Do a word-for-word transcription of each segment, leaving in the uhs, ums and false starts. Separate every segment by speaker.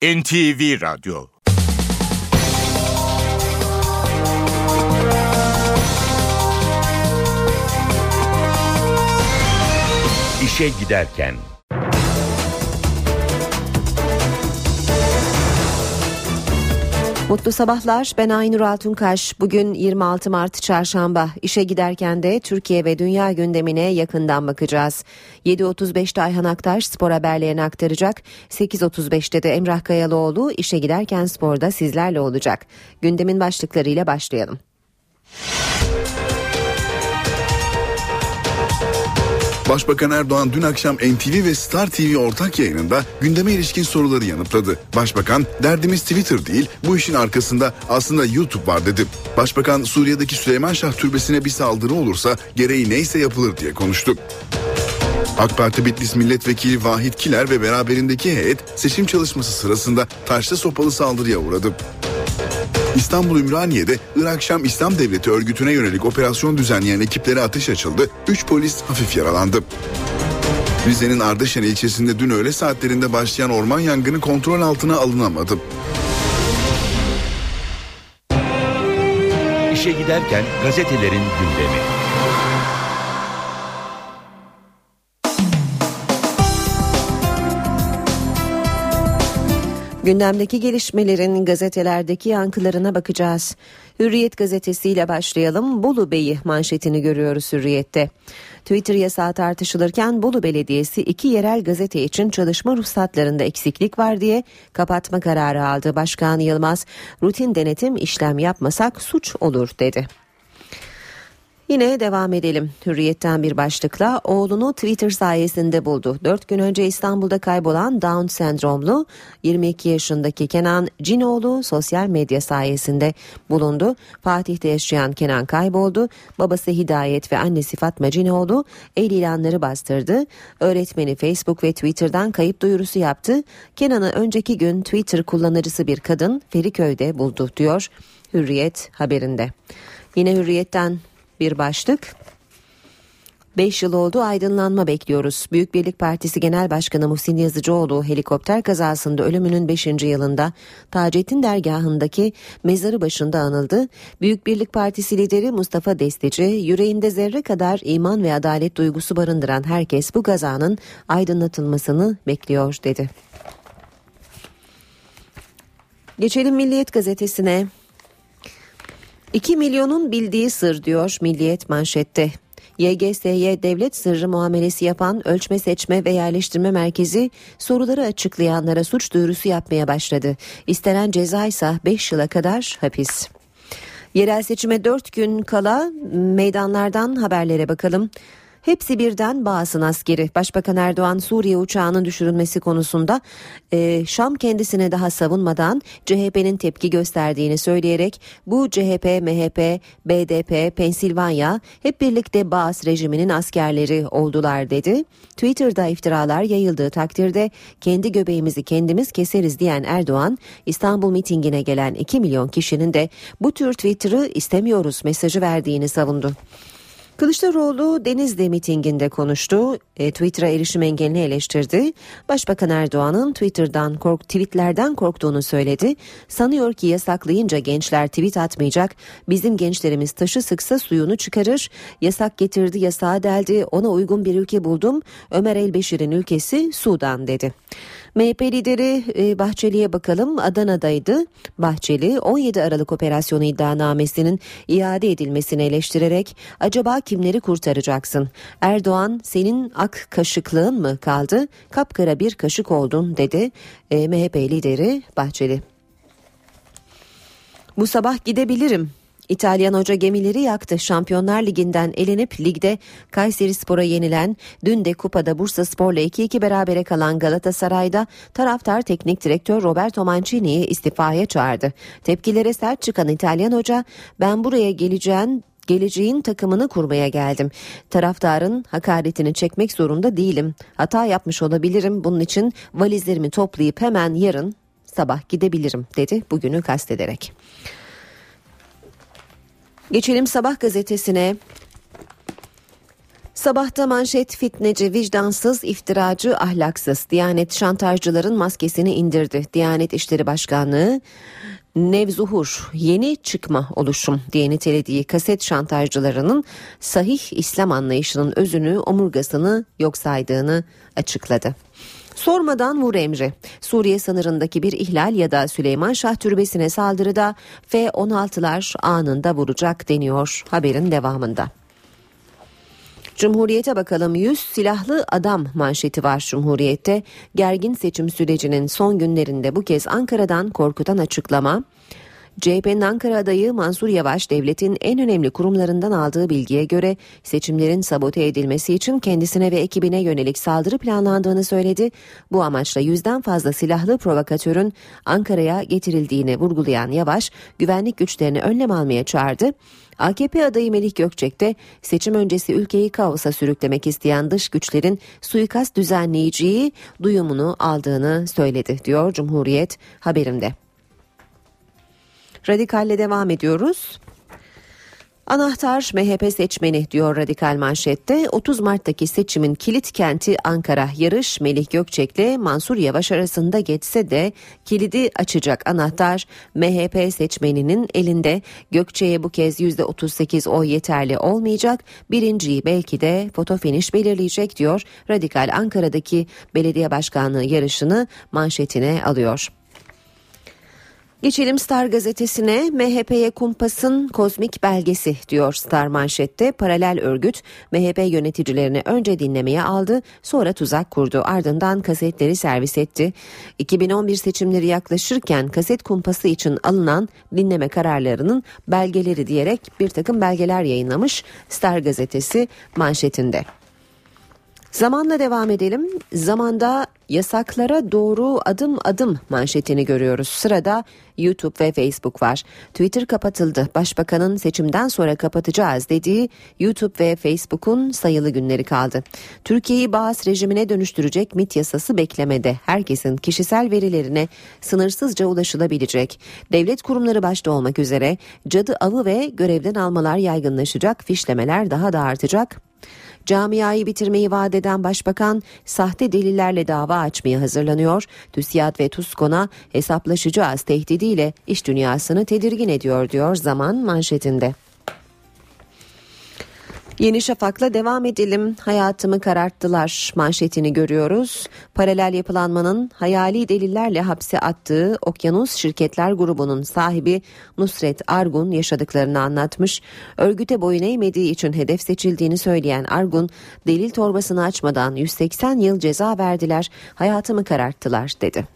Speaker 1: N T V Radyo. İşe giderken.
Speaker 2: Mutlu sabahlar, ben Aynur Altunkaş. Bugün yirmi altı Mart Çarşamba. İşe giderken de Türkiye ve dünya gündemine yakından bakacağız. yedi otuz beşte Ayhan Aktaş spor haberlerini aktaracak. sekiz otuz beşte de Emrah Kayalıoğlu işe giderken sporda sizlerle olacak. Gündemin başlıklarıyla başlayalım.
Speaker 3: Başbakan Erdoğan dün akşam N T V ve Star T V ortak yayınında gündeme ilişkin soruları yanıtladı. Başbakan, derdimiz Twitter değil, bu işin arkasında aslında YouTube var dedi. Başbakan, Suriye'deki Süleyman Şah Türbesi'ne bir saldırı olursa gereği neyse yapılır diye konuştu. AK Parti Bitlis Milletvekili Vahit Kiler ve beraberindeki heyet seçim çalışması sırasında taşlı sopalı saldırıya uğradı. İstanbul Ümraniye'de Irak Şam İslam Devleti örgütüne yönelik operasyon düzenleyen ekiplere ateş açıldı. üç polis hafif yaralandı. Rize'nin Ardeşen ilçesinde dün öğle saatlerinde başlayan orman yangını kontrol altına alınamadı.
Speaker 1: İşe giderken gazetelerin gündemi.
Speaker 2: Gündemdeki gelişmelerin gazetelerdeki yankılarına bakacağız. Hürriyet gazetesiyle başlayalım. Bolu Bey'i manşetini görüyoruz Hürriyet'te. Twitter yasağı tartışılırken Bolu Belediyesi iki yerel gazete için çalışma ruhsatlarında eksiklik var diye kapatma kararı aldı. Başkan Yılmaz, rutin denetim işlem yapmasak suç olur dedi. Yine devam edelim. Hürriyet'ten bir başlıkla oğlunu Twitter sayesinde buldu. Dört gün önce İstanbul'da kaybolan Down sendromlu yirmi iki yaşındaki Kenan Cinoğlu sosyal medya sayesinde bulundu. Fatih'te yaşayan Kenan kayboldu. Babası Hidayet ve annesi Fatma Cinoğlu el ilanları bastırdı. Öğretmeni Facebook ve Twitter'dan kayıp duyurusu yaptı. Kenan'ı önceki gün Twitter kullanıcısı bir kadın Feriköy'de buldu diyor Hürriyet haberinde. Yine Hürriyet'ten bir başlık. beş yıl oldu, aydınlanma bekliyoruz. Büyük Birlik Partisi Genel Başkanı Muhsin Yazıcıoğlu helikopter kazasında ölümünün beşinci yılında Taceddin dergahındaki mezarı başında anıldı. Büyük Birlik Partisi lideri Mustafa Destici, yüreğinde zerre kadar iman ve adalet duygusu barındıran herkes bu kazanın aydınlatılmasını bekliyor dedi. Geçelim Milliyet gazetesine. iki milyonun bildiği sır diyor Milliyet manşette. Y G S'ye devlet sırrı muamelesi yapan Ölçme Seçme ve Yerleştirme Merkezi soruları açıklayanlara suç duyurusu yapmaya başladı. İstenen ceza ise beş yıla kadar hapis. Yerel seçime dört gün kala meydanlardan haberlere bakalım. Hepsi birden Bağız'ın askeri. Başbakan Erdoğan Suriye uçağının düşürülmesi konusunda e, Şam kendisine daha savunmadan C H P'nin tepki gösterdiğini söyleyerek bu C H P, M H P, B D P, Pensilvanya hep birlikte Bağız rejiminin askerleri oldular dedi. Twitter'da iftiralar yayıldığı takdirde kendi göbeğimizi kendimiz keseriz diyen Erdoğan, İstanbul mitingine gelen iki milyon kişinin de bu tür Twitter'ı istemiyoruz mesajı verdiğini savundu. Kılıçdaroğlu Denizli mitinginde konuştu. E, Twitter'a erişim engelini eleştirdi. Başbakan Erdoğan'ın Twitter'dan kork, tweetlerden korktuğunu söyledi. Sanıyor ki yasaklayınca gençler tweet atmayacak. Bizim gençlerimiz taşı sıksa suyunu çıkarır. Yasak getirdi, yasağı deldi. Ona uygun bir ülke buldum. Ömer Elbeşir'in ülkesi Sudan dedi. M H P lideri Bahçeli'ye bakalım. Adana'daydı. Bahçeli on yedi Aralık operasyonu iddianamesinin iade edilmesini eleştirerek acaba kimleri kurtaracaksın? Erdoğan senin ak kaşıklığın mı kaldı? Kapkara bir kaşık oldun dedi e, M H P lideri Bahçeli. Bu sabah gidebilirim. İtalyan hoca gemileri yaktı. Şampiyonlar Ligi'nden elenip ligde Kayserispor'a yenilen, dün de kupada Bursaspor'la iki iki berabere kalan Galatasaray'da taraftar teknik direktör Roberto Mancini'yi istifaya çağırdı. Tepkilere sert çıkan İtalyan hoca, ben buraya geleceğim Geleceğin takımını kurmaya geldim. Taraftarın hakaretini çekmek zorunda değilim. Hata yapmış olabilirim. Bunun için valizlerimi toplayıp hemen yarın sabah gidebilirim dedi bugünü kastederek. Geçelim Sabah gazetesine. Sabahta manşet: fitneci, vicdansız, iftiracı, ahlaksız. Diyanet şantajcıların maskesini indirdi. Diyanet İşleri Başkanlığı Nevzuhur yeni çıkma oluşum diye nitelediği kaset şantajcılarının sahih İslam anlayışının özünü, omurgasını yok saydığını açıkladı. Sormadan vur emri. Suriye sınırındaki bir ihlal ya da Süleyman Şah Türbesi'ne saldırıda F on altılar anında vuracak deniyor haberin devamında. Cumhuriyete bakalım. yüz silahlı adam manşeti var Cumhuriyet'te. Gergin seçim sürecinin son günlerinde bu kez Ankara'dan korkutan açıklama. C H P'nin Ankara adayı Mansur Yavaş, devletin en önemli kurumlarından aldığı bilgiye göre seçimlerin sabote edilmesi için kendisine ve ekibine yönelik saldırı planlandığını söyledi. Bu amaçla yüzden fazla silahlı provokatörün Ankara'ya getirildiğini vurgulayan Yavaş, güvenlik güçlerini önlem almaya çağırdı. A K P adayı Melih Gökçek de seçim öncesi ülkeyi kaosa sürüklemek isteyen dış güçlerin suikast düzenleyiciyi duyumunu aldığını söyledi diyor Cumhuriyet haberinde. Radikal'le devam ediyoruz. Anahtar M H P seçmeni diyor Radikal manşette. otuz Mart'taki seçimin kilit kenti Ankara. Yarış Melih Gökçek'le Mansur Yavaş arasında geçse de kilidi açacak anahtar M H P seçmeninin elinde. Gökçek'e bu kez yüzde otuz sekiz oy yeterli olmayacak. Birinciyi belki de foto finish belirleyecek diyor. Radikal Ankara'daki belediye başkanlığı yarışını manşetine alıyor. Geçelim Star gazetesine. M H P'ye kumpasın kozmik belgesi diyor Star manşette. Paralel örgüt M H P yöneticilerini önce dinlemeye aldı, sonra tuzak kurdu. Ardından kasetleri servis etti. iki bin on bir seçimleri yaklaşırken kaset kumpası için alınan dinleme kararlarının belgeleri diyerek bir takım belgeler yayınlamış Star gazetesi manşetinde. Zamanla devam edelim. Zamanda yasaklara doğru adım adım manşetini görüyoruz. Sırada YouTube ve Facebook var. Twitter kapatıldı. Başbakanın seçimden sonra kapatacağız dediği YouTube ve Facebook'un sayılı günleri kaldı. Türkiye'yi Baas rejimine dönüştürecek MİT yasası beklemede. Herkesin kişisel verilerine sınırsızca ulaşılabilecek. Devlet kurumları başta olmak üzere cadı avı ve görevden almalar yaygınlaşacak. Fişlemeler daha da artacak. Camiayı bitirmeyi vaat eden başbakan sahte delillerle dava açmaya hazırlanıyor. TÜSİAD ve TUSKON'a hesaplaşacağız tehdidiyle iş dünyasını tedirgin ediyor diyor Zaman manşetinde. Yeni Şafak'la devam edelim. Hayatımı kararttılar manşetini görüyoruz. Paralel yapılanmanın hayali delillerle hapse attığı Okyanus Şirketler grubunun sahibi Nusret Argun yaşadıklarını anlatmış. Örgüte boyun eğmediği için hedef seçildiğini söyleyen Argun, delil torbasını açmadan yüz seksen yıl ceza verdiler, hayatımı kararttılar dedi.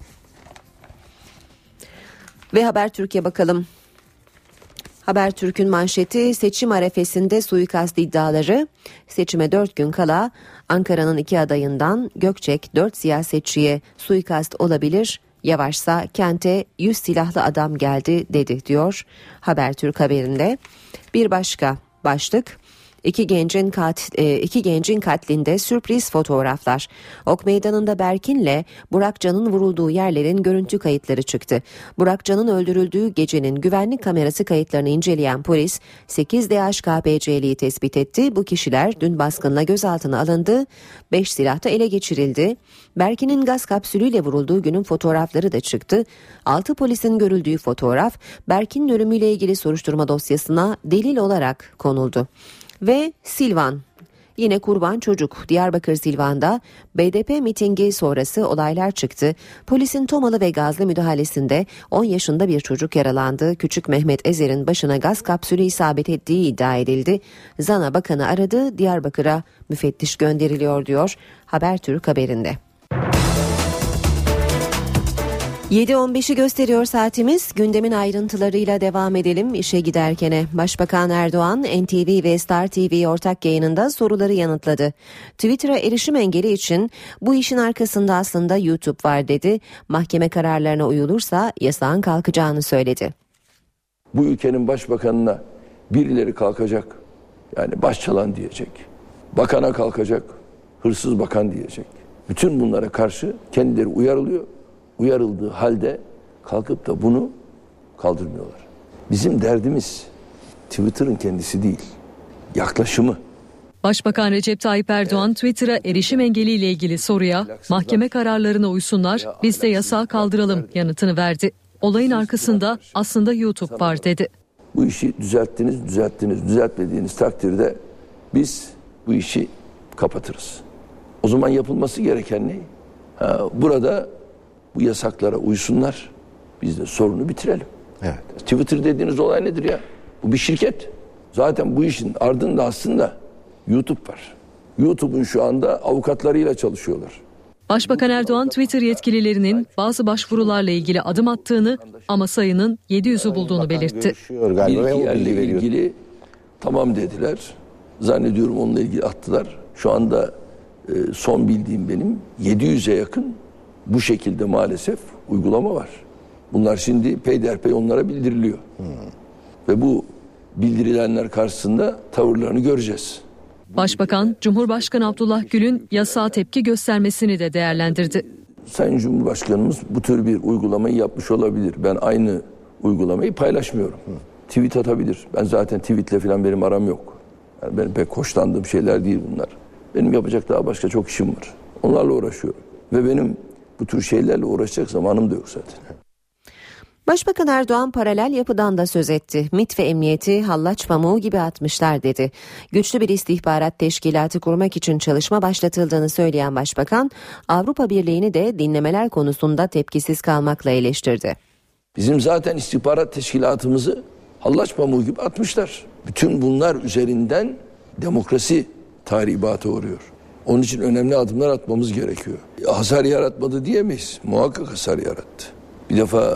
Speaker 2: Ve Habertürk'e bakalım. Habertürk'ün manşeti seçim arefesinde suikast iddiaları. Seçime dört gün kala Ankara'nın iki adayından Gökçek dört siyasetçiye suikast olabilir, Yavaşsa kente yüz silahlı adam geldi dedi diyor Habertürk haberinde. Bir başka başlık: İki gencin kat, iki gencin katlinde sürpriz fotoğraflar. Ok Meydanı'nda Berkin'le Burakcan'ın vurulduğu yerlerin görüntü kayıtları çıktı. Burakcan'ın öldürüldüğü gecenin güvenlik kamerası kayıtlarını inceleyen polis sekiz D H K P C'liyi tespit etti. Bu kişiler dün baskınla gözaltına alındı. beş silah da ele geçirildi. Berkin'in gaz kapsülüyle vurulduğu günün fotoğrafları da çıktı. altı polisin görüldüğü fotoğraf Berkin'in ölümüyle ilgili soruşturma dosyasına delil olarak konuldu. Ve Silvan, yine kurban çocuk. Diyarbakır Silvan'da B D P mitingi sonrası olaylar çıktı. Polisin tomalı ve gazlı müdahalesinde on yaşında bir çocuk yaralandı. Küçük Mehmet Ezer'in başına gaz kapsülü isabet ettiği iddia edildi. Zana Bakanı aradı, Diyarbakır'a müfettiş gönderiliyor diyor Habertürk haberinde. yedi on beşi gösteriyor saatimiz. Gündemin ayrıntılarıyla devam edelim. İşe giderkene Başbakan Erdoğan N T V ve Star T V ortak yayınında soruları yanıtladı. Twitter'a erişim engeli için bu işin arkasında aslında YouTube var dedi. Mahkeme kararlarına uyulursa yasağın kalkacağını söyledi.
Speaker 4: Bu ülkenin başbakanına birileri kalkacak. Yani başçalan diyecek. Bakana kalkacak. Hırsız bakan diyecek. Bütün bunlara karşı kendileri uyarılıyor. Uyarıldığı halde kalkıp da bunu kaldırmıyorlar. Bizim derdimiz Twitter'ın kendisi değil, yaklaşımı.
Speaker 5: Başbakan Recep Tayyip Erdoğan Twitter'a erişim engeliyle ilgili soruya mahkeme kararlarına uysunlar, biz de yasağı kaldıralım yanıtını verdi. Olayın arkasında aslında YouTube var dedi.
Speaker 4: Bu işi düzelttiniz, düzelttiniz, düzeltmediğiniz takdirde biz bu işi kapatırız. O zaman yapılması gereken ne? Ha, burada bu yasaklara uysunlar, biz de sorunu bitirelim. Evet. Twitter dediğiniz olay nedir ya? Bu bir şirket. Zaten bu işin ardında aslında YouTube var. YouTube'un şu anda avukatlarıyla çalışıyorlar.
Speaker 5: Başbakan Erdoğan Twitter yetkililerinin bazı başvurularla ilgili adım attığını ama sayının yedi yüzü bulduğunu belirtti.
Speaker 4: Bir iki yerle ilgili tamam dediler. Zannediyorum onunla ilgili attılar. Şu anda e, son bildiğim benim yedi yüze yakın bu şekilde maalesef uygulama var. Bunlar şimdi peyderpey onlara bildiriliyor. Hmm. Ve bu bildirilenler karşısında tavırlarını göreceğiz.
Speaker 5: Başbakan, Cumhurbaşkanı Abdullah Gül'ün yasağa tepki göstermesini de değerlendirdi.
Speaker 4: Sayın Cumhurbaşkanımız bu tür bir uygulamayı yapmış olabilir. Ben aynı uygulamayı paylaşmıyorum. Hı. Tweet atabilir. Ben zaten tweetle falan benim aram yok. Yani benim pek hoşlandığım şeyler değil bunlar. Benim yapacak daha başka çok işim var. Onlarla uğraşıyorum. Ve benim bu tür şeylerle uğraşacak zamanım da yok zaten.
Speaker 2: Başbakan Erdoğan paralel yapıdan da söz etti. MİT ve emniyeti hallaç pamuğu gibi atmışlar dedi. Güçlü bir istihbarat teşkilatı kurmak için çalışma başlatıldığını söyleyen Başbakan, Avrupa Birliği'ni de dinlemeler konusunda tepkisiz kalmakla eleştirdi.
Speaker 4: Bizim zaten istihbarat teşkilatımızı hallaç pamuğu gibi atmışlar. Bütün bunlar üzerinden demokrasi tahribatı uğruyor. Onun için önemli adımlar atmamız gerekiyor. Hasar yaratmadı diyemeyiz. Muhakkak hasar yarattı. Bir defa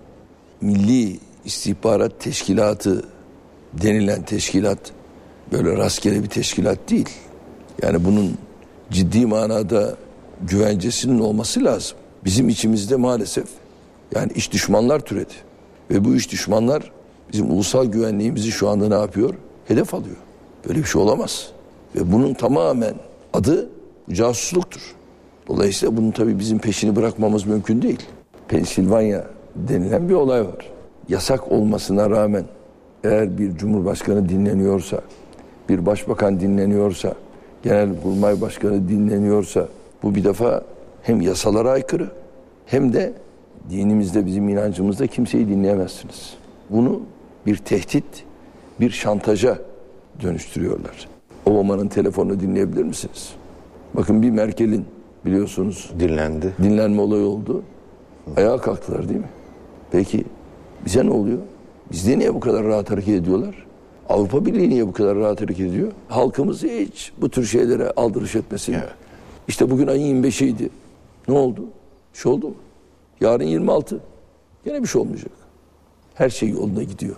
Speaker 4: Milli İstihbarat Teşkilatı denilen teşkilat böyle rastgele bir teşkilat değil. Yani bunun ciddi manada güvencesinin olması lazım. Bizim içimizde maalesef yani iç düşmanlar türedi. Ve bu iç düşmanlar bizim ulusal güvenliğimizi şu anda ne yapıyor? Hedef alıyor. Böyle bir şey olamaz. Ve bunun tamamen adı casusluktur. Dolayısıyla bunun tabii bizim peşini bırakmamız mümkün değil. Pensilvanya denilen bir olay var. Yasak olmasına rağmen eğer bir cumhurbaşkanı dinleniyorsa, bir başbakan dinleniyorsa, genelkurmay başkanı dinleniyorsa bu bir defa hem yasalara aykırı hem de dinimizde, bizim inancımızda kimseyi dinleyemezsiniz. Bunu bir tehdit, bir şantaja dönüştürüyorlar. Obama'nın telefonunu dinleyebilir misiniz? Bakın bir Merkel'in biliyorsunuz dinlendi. Dinlenme olayı oldu. Ayağa kalktılar değil mi? Peki bize ne oluyor? Bizde niye bu kadar rahat hareket ediyorlar? Avrupa Birliği niye bu kadar rahat hareket ediyor? Halkımız hiç bu tür şeylere aldırış etmesin. Evet. İşte bugün ayın yirmi beşiydi. Ne oldu? Bir şey oldu mu? Yarın yirmi altı. Gene bir şey olmayacak. Her şey yolunda gidiyor.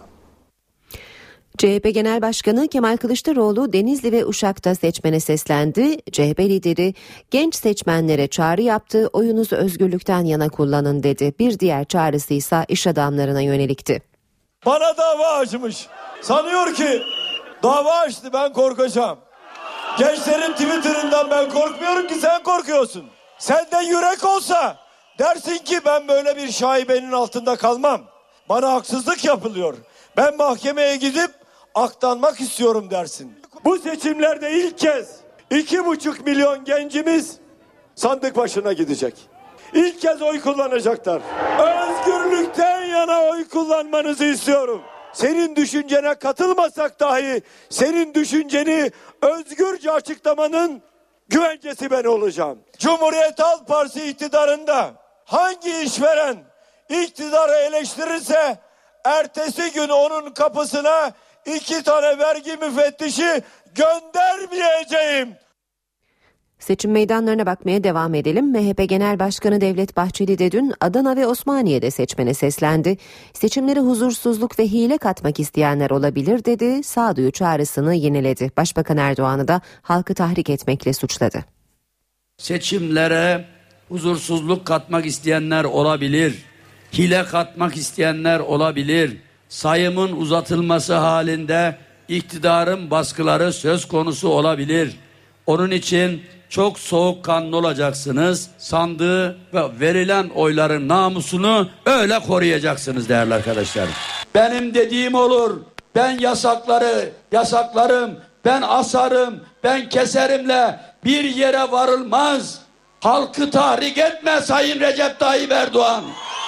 Speaker 2: C H P Genel Başkanı Kemal Kılıçdaroğlu Denizli ve Uşak'ta seçmene seslendi. C H P lideri genç seçmenlere çağrı yaptı. Oyunuzu özgürlükten yana kullanın dedi. Bir diğer çağrısı ise iş adamlarına yönelikti.
Speaker 6: Bana dava açmış. Sanıyor ki dava açtı, ben korkacağım. Gençlerin Twitter'ından ben korkmuyorum ki, sen korkuyorsun. Sende yürek olsa dersin ki ben böyle bir şaibenin altında kalmam. Bana haksızlık yapılıyor. Ben mahkemeye gidip aktanmak istiyorum dersin. Bu seçimlerde ilk kez iki buçuk milyon gencimiz sandık başına gidecek. İlk kez oy kullanacaklar. Özgürlükten yana oy kullanmanızı istiyorum. Senin düşüncene katılmasak dahi senin düşünceni özgürce açıklamanın güvencesi ben olacağım. Cumhuriyet Halk Partisi iktidarında hangi işveren iktidarı eleştirirse ertesi gün onun kapısına iki tane vergi müfettişi göndermeyeceğim.
Speaker 2: Seçim meydanlarına bakmaya devam edelim. M H P Genel Başkanı Devlet Bahçeli de dün Adana ve Osmaniye'de seçmene seslendi. Seçimlere huzursuzluk ve hile katmak isteyenler olabilir dedi. Sağduyu çağrısını yineledi. Başbakan Erdoğan'ı da halkı tahrik etmekle suçladı.
Speaker 7: Seçimlere huzursuzluk katmak isteyenler olabilir. Hile katmak isteyenler olabilir. Sayımın uzatılması halinde iktidarın baskıları söz konusu olabilir. Onun için çok soğukkanlı olacaksınız. Sandığı ve verilen oyların namusunu öyle koruyacaksınız değerli arkadaşlar. Benim dediğim olur. Ben yasakları yasaklarım. ben asarım, ben keserimle bir yere varılmaz. Halkı tahrik etme Sayın Recep Tayyip Erdoğan.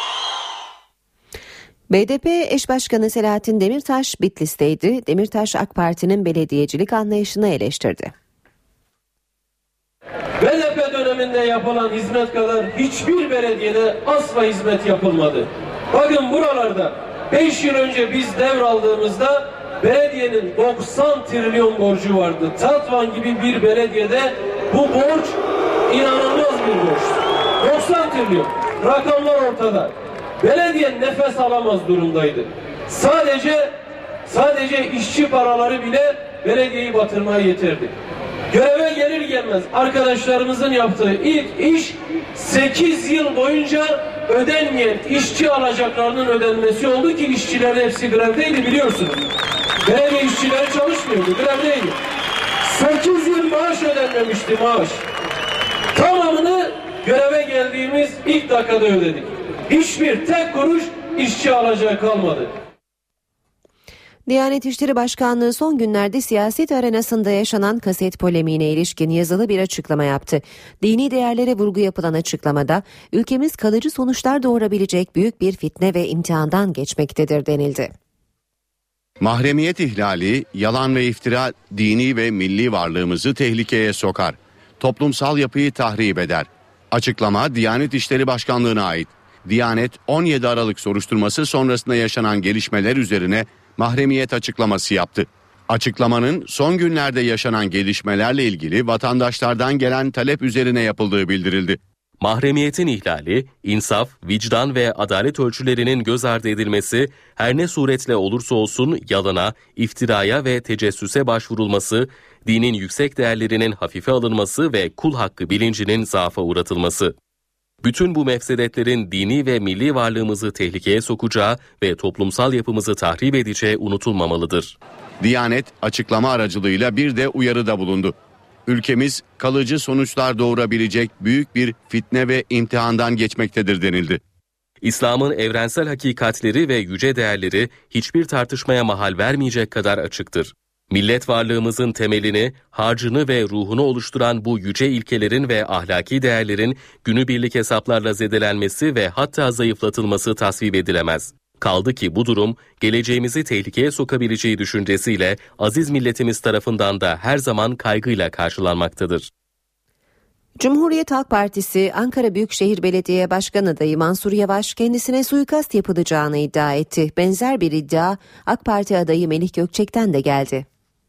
Speaker 2: B D P eş başkanı Selahattin Demirtaş Bitlis'teydi. Demirtaş AK Parti'nin belediyecilik anlayışını eleştirdi.
Speaker 8: B D P döneminde yapılan hizmet kadar hiçbir belediyede asla hizmet yapılmadı. Bakın buralarda beş yıl önce biz devraldığımızda belediyenin doksan trilyon borcu vardı. Tatvan gibi bir belediyede bu borç inanılmaz bir borç. doksan trilyon. Rakamlar ortada. Belediye nefes alamaz durumdaydı. Sadece sadece işçi paraları bile belediyeyi batırmaya yeterdi. Göreve gelir gelmez arkadaşlarımızın yaptığı ilk iş sekiz yıl boyunca ödenmeyen işçi alacaklarının ödenmesi oldu ki işçilerin hepsi grevdeydi biliyorsunuz. Belediye işçileri çalışmıyordu, grevdeydi. sekiz yıl maaş ödenmemişti maaş. Tamamını göreve geldiğimiz ilk dakikada ödedik. Hiçbir tek kuruş işçi alacağı kalmadı.
Speaker 2: Diyanet İşleri Başkanlığı son günlerde siyaset arenasında yaşanan kaset polemiğine ilişkin yazılı bir açıklama yaptı. Dini değerlere vurgu yapılan açıklamada ülkemiz kalıcı sonuçlar doğurabilecek büyük bir fitne ve imtihandan geçmektedir denildi.
Speaker 9: Mahremiyet ihlali, yalan ve iftira dini ve milli varlığımızı tehlikeye sokar. Toplumsal yapıyı tahrip eder. Açıklama Diyanet İşleri Başkanlığı'na ait. Diyanet on yedi Aralık soruşturması sonrasında yaşanan gelişmeler üzerine mahremiyet açıklaması yaptı. Açıklamanın son günlerde yaşanan gelişmelerle ilgili vatandaşlardan gelen talep üzerine yapıldığı bildirildi.
Speaker 10: Mahremiyetin ihlali, insaf, vicdan ve adalet ölçülerinin göz ardı edilmesi, her ne suretle olursa olsun yalana, iftiraya ve tecessüse başvurulması, dinin yüksek değerlerinin hafife alınması ve kul hakkı bilincinin zaafa uğratılması. Bütün bu mefsedetlerin dini ve milli varlığımızı tehlikeye sokacağı ve toplumsal yapımızı tahrip edeceği unutulmamalıdır.
Speaker 9: Diyanet açıklama aracılığıyla bir de uyarıda bulundu. Ülkemiz kalıcı sonuçlar doğurabilecek büyük bir fitne ve imtihandan geçmektedir denildi.
Speaker 10: İslam'ın evrensel hakikatleri ve yüce değerleri hiçbir tartışmaya mahal vermeyecek kadar açıktır. Millet varlığımızın temelini, harcını ve ruhunu oluşturan bu yüce ilkelerin ve ahlaki değerlerin günübirlik hesaplarla zedelenmesi ve hatta zayıflatılması tasvip edilemez. Kaldı ki bu durum geleceğimizi tehlikeye sokabileceği düşüncesiyle aziz milletimiz tarafından da her zaman kaygıyla karşılanmaktadır.
Speaker 2: Cumhuriyet Halk Partisi Ankara Büyükşehir Belediye Başkanı adayı Mansur Yavaş kendisine suikast yapılacağını iddia etti. Benzer bir iddia AK Parti adayı Melih Gökçek'ten de geldi.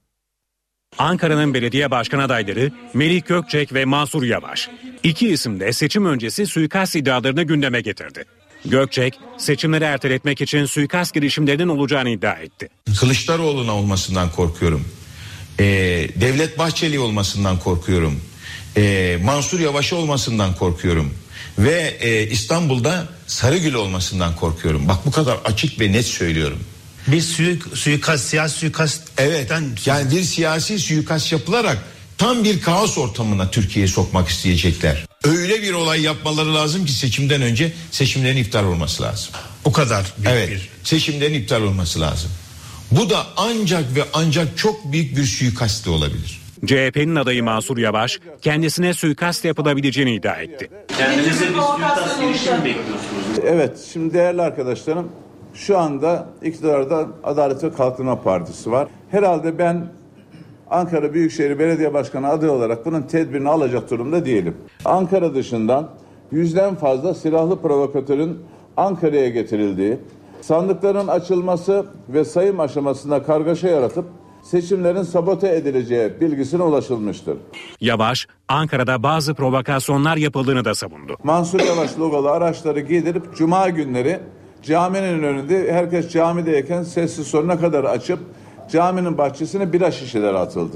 Speaker 11: Ankara'nın belediye başkan adayları Melih Gökçek ve Mansur Yavaş. İki isim de seçim öncesi suikast iddialarını gündeme getirdi. Gökçek, seçimleri erteletmek için suikast girişimlerinin olacağını iddia etti.
Speaker 12: Kılıçdaroğlu'na olmasından korkuyorum. Ee, Devlet Bahçeli olmasından korkuyorum. Ee, Mansur Yavaş olmasından korkuyorum. Ve e, İstanbul'da Sarıgül olmasından korkuyorum. Bak bu kadar açık ve net söylüyorum.
Speaker 13: Bir suik, suikast, siyasi suikast.
Speaker 12: Evet, yani bir siyasi suikast yapılarak tam bir kaos ortamına Türkiye'yi sokmak isteyecekler. Öyle bir olay yapmaları lazım ki seçimden önce seçimlerin iptal olması lazım.
Speaker 13: O kadar büyük
Speaker 12: evet,
Speaker 13: bir.
Speaker 12: Seçimlerin iptal olması lazım. Bu da ancak ve ancak çok büyük bir suikast de olabilir.
Speaker 11: C H P'nin adayı Mansur Yavaş kendisine suikast yapılabileceğini iddia etti.
Speaker 13: Kendinize bir suikast girişimi mi bekliyorsunuz?
Speaker 14: Evet, şimdi değerli arkadaşlarım, şu anda iktidarda Adalet ve Kalkınma Partisi var. Herhalde ben Ankara Büyükşehir Belediye Başkanı adayı olarak bunun tedbirini alacak durumda değilim. Ankara dışından yüzden fazla silahlı provokatörün Ankara'ya getirildiği, sandıkların açılması ve sayım aşamasında kargaşa yaratıp seçimlerin sabote edileceği bilgisine ulaşılmıştır.
Speaker 11: Yavaş, Ankara'da bazı provokasyonlar yapıldığını da savundu.
Speaker 14: Mansur Yavaş logalı araçları giydirip Cuma günleri caminin önünde herkes camideyken sessiz sonuna kadar açıp caminin bahçesine bira şişeleri atıldı.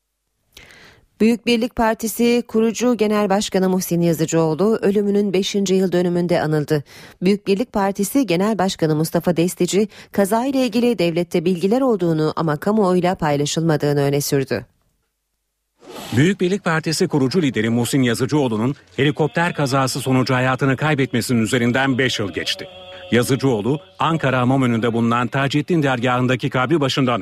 Speaker 2: Büyük Birlik Partisi kurucu Genel Başkanı Muhsin Yazıcıoğlu ölümünün beşinci yıl dönümünde anıldı. Büyük Birlik Partisi Genel Başkanı Mustafa Destici kazayla ilgili devlette bilgiler olduğunu ama kamuoyuyla paylaşılmadığını öne sürdü.
Speaker 11: Büyük Birlik Partisi kurucu lideri Muhsin Yazıcıoğlu'nun helikopter kazası sonucu hayatını kaybetmesinin üzerinden beş yıl geçti. Yazıcıoğlu Ankara Hamam önünde bulunan Taceddin dergahındaki kabri başında anıldı.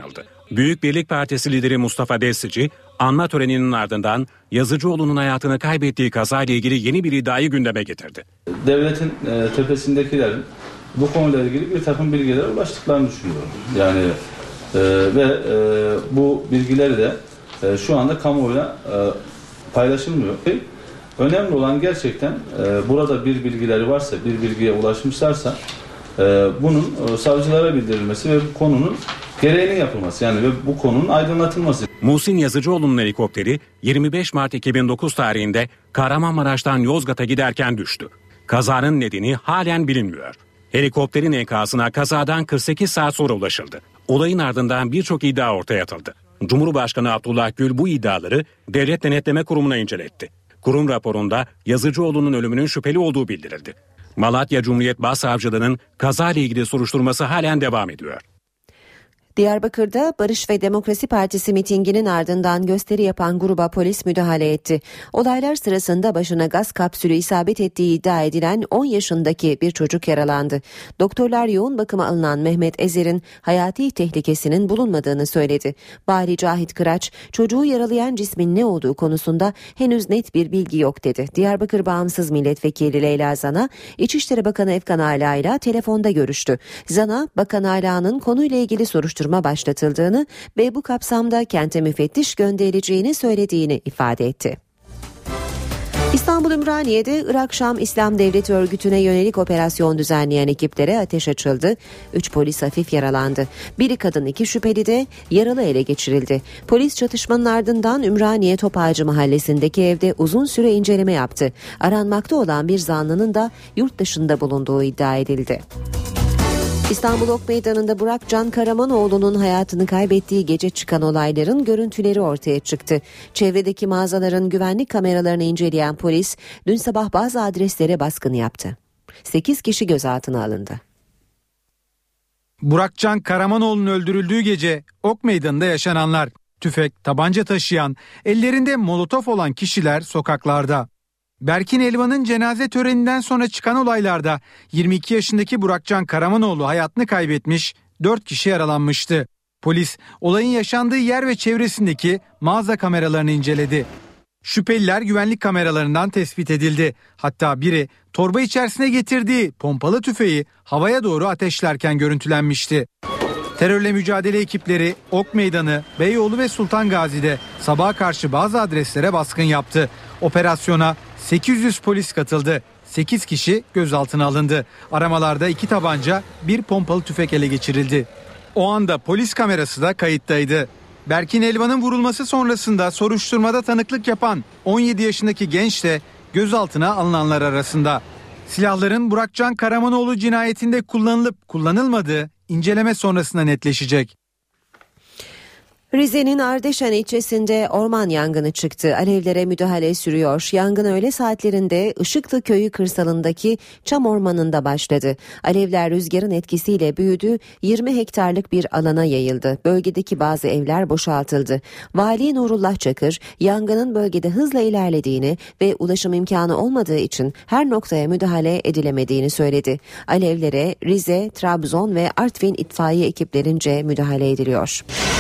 Speaker 11: Büyük Birlik Partisi lideri Mustafa Destici, anma töreninin ardından Yazıcıoğlu'nun hayatını kaybettiği kazayla ilgili yeni bir iddiayı gündeme getirdi.
Speaker 15: Devletin e, tepesindekilerin bu konuyla ilgili bir takım bilgilere ulaştıklarını düşünüyorum. Yani e, ve e, bu bilgileri de e, şu anda kamuoyuna e, paylaşılmıyor. Önemli olan gerçekten e, burada bir bilgileri varsa, bir bilgiye ulaşmışlarsa e, bunun e, savcılara bildirilmesi ve bu konunun gereğinin yapılması, yani ve bu konunun aydınlatılması.
Speaker 11: Muhsin Yazıcıoğlu'nun helikopteri yirmi beş Mart iki bin dokuz tarihinde Kahramanmaraş'tan Yozgat'a giderken düştü. Kazanın nedeni halen bilinmiyor. Helikopterin enkazına kazadan kırk sekiz saat sonra ulaşıldı. Olayın ardından birçok iddia ortaya atıldı. Cumhurbaşkanı Abdullah Gül bu iddiaları Devlet Denetleme Kurumu'na inceletti. Kurum raporunda Yazıcıoğlu'nun ölümünün şüpheli olduğu bildirildi. Malatya Cumhuriyet Başsavcılığı'nın kazayla ilgili soruşturması halen devam ediyor.
Speaker 2: Diyarbakır'da Barış ve Demokrasi Partisi mitinginin ardından gösteri yapan gruba polis müdahale etti. Olaylar sırasında başına gaz kapsülü isabet ettiği iddia edilen on yaşındaki bir çocuk yaralandı. Doktorlar yoğun bakıma alınan Mehmet Ezer'in hayati tehlikesinin bulunmadığını söyledi. Vali Cahit Kıraç, çocuğu yaralayan cismin ne olduğu konusunda henüz net bir bilgi yok dedi. Diyarbakır Bağımsız Milletvekili Leyla Zana, İçişleri Bakanı Efkan Ala ile telefonda görüştü. Zana, Bakan Ala'nın konuyla ilgili soruşturma başlatıldığını ve bu kapsamda kente müfettiş gönderileceğini söylediğini ifade etti. İstanbul Ümraniye'de Irak Şam İslam Devleti örgütüne yönelik operasyon düzenleyen ekiplere ateş açıldı. Üç polis hafif yaralandı. Biri kadın, iki şüpheli de yaralı ele geçirildi. Polis çatışmanın ardından Ümraniye Topağacı Mahallesi'ndeki evde uzun süre inceleme yaptı. Aranmakta olan bir zanlının da yurt dışında bulunduğu iddia edildi. İstanbul Ok Meydanı'nda Burak Can Karamanoğlu'nun hayatını kaybettiği gece çıkan olayların görüntüleri ortaya çıktı. Çevredeki mağazaların güvenlik kameralarını inceleyen polis dün sabah bazı adreslere baskın yaptı. sekiz kişi gözaltına alındı.
Speaker 16: Burak Can Karamanoğlu'nun öldürüldüğü gece Ok Meydanı'nda yaşananlar. Tüfek, tabanca taşıyan, ellerinde molotof olan kişiler sokaklarda. Berkin Elvan'ın cenaze töreninden sonra çıkan olaylarda yirmi iki yaşındaki Burak Can Karamanoğlu hayatını kaybetmiş, dört kişi yaralanmıştı. Polis olayın yaşandığı yer ve çevresindeki mağaza kameralarını inceledi. Şüpheliler güvenlik kameralarından tespit edildi. Hatta biri torba içerisine getirdiği pompalı tüfeği havaya doğru ateşlerken görüntülenmişti. Terörle mücadele ekipleri Ok Meydanı, Beyoğlu ve Sultan Gazi'de sabaha karşı bazı adreslere baskın yaptı. Operasyona sekiz yüz polis katıldı. sekiz kişi gözaltına alındı. Aramalarda iki tabanca, bir pompalı tüfek ele geçirildi. O anda polis kamerası da kayıttaydı. Berkin Elvan'ın vurulması sonrasında soruşturmada tanıklık yapan on yedi yaşındaki genç de gözaltına alınanlar arasında. Silahların Burak Can Karamanoğlu cinayetinde kullanılıp kullanılmadığı inceleme sonrasında netleşecek.
Speaker 2: Rize'nin Ardeşen ilçesinde orman yangını çıktı. Alevlere müdahale sürüyor. Yangın öğle saatlerinde Işıklı Köyü kırsalındaki çam ormanında başladı. Alevler rüzgarın etkisiyle büyüdü. yirmi hektarlık bir alana yayıldı. Bölgedeki bazı evler boşaltıldı. Vali Nurullah Çakır, yangının bölgede hızla ilerlediğini ve ulaşım imkanı olmadığı için her noktaya müdahale edilemediğini söyledi. Alevlere Rize, Trabzon ve Artvin itfaiye ekiplerince müdahale ediliyor.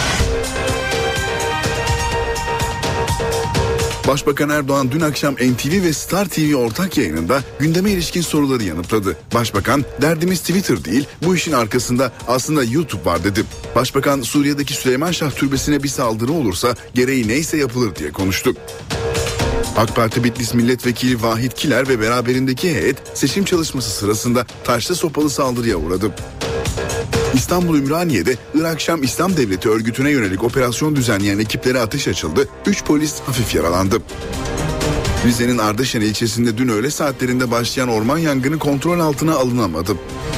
Speaker 3: Başbakan Erdoğan dün akşam N T V ve Star T V ortak yayınında gündeme ilişkin soruları yanıtladı. Başbakan, derdimiz Twitter değil, bu işin arkasında aslında YouTube var dedi. Başbakan, Suriye'deki Süleymanşah Türbesi'ne bir saldırı olursa gereği neyse yapılır diye konuştu. AK Parti Bitlis Milletvekili Vahit Kiler ve beraberindeki heyet seçim çalışması sırasında taşlı sopalı saldırıya uğradı. İstanbul Ümraniye'de Irak Şam İslam Devleti örgütüne yönelik operasyon düzenleyen ekiplere ateş açıldı. üç polis hafif yaralandı. Rize'nin Ardeşen ilçesinde dün öğle saatlerinde başlayan orman yangını kontrol altına alınamadı.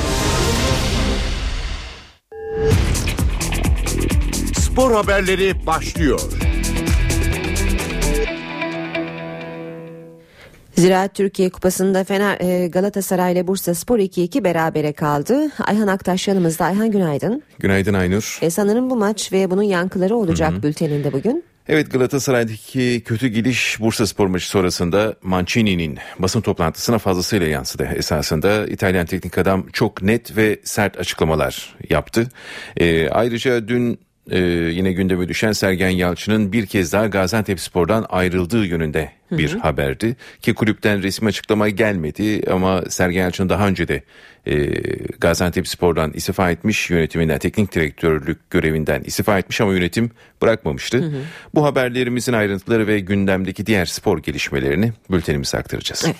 Speaker 1: Spor haberleri başlıyor.
Speaker 2: Ziraat Türkiye Kupası'nda Fener Galatasaray ile Bursaspor iki iki berabere kaldı. Ayhan Aktaş yanımızda. Ayhan, günaydın.
Speaker 17: Günaydın Aynur.
Speaker 2: E sanırım bu maç ve bunun yankıları olacak Hı-hı. bülteninde bugün.
Speaker 17: Evet, Galatasaray'daki kötü gidiş Bursaspor maçı sonrasında Mancini'nin basın toplantısına fazlasıyla yansıdı. Esasında İtalyan teknik adam çok net ve sert açıklamalar yaptı. E, ayrıca dün e, yine gündeme düşen Sergen Yalçın'ın bir kez daha Gaziantepspor'dan ayrıldığı yönünde bir hı hı. haberdi. Ki kulüpten resmi açıklama gelmedi ama Sergen Yalçın daha önce de e, Gaziantepspor'dan istifa etmiş, yönetiminden, teknik direktörlük görevinden istifa etmiş ama yönetim bırakmamıştı. Hı hı. Bu haberlerimizin ayrıntıları ve gündemdeki diğer spor gelişmelerini bültenimize aktaracağız. Evet.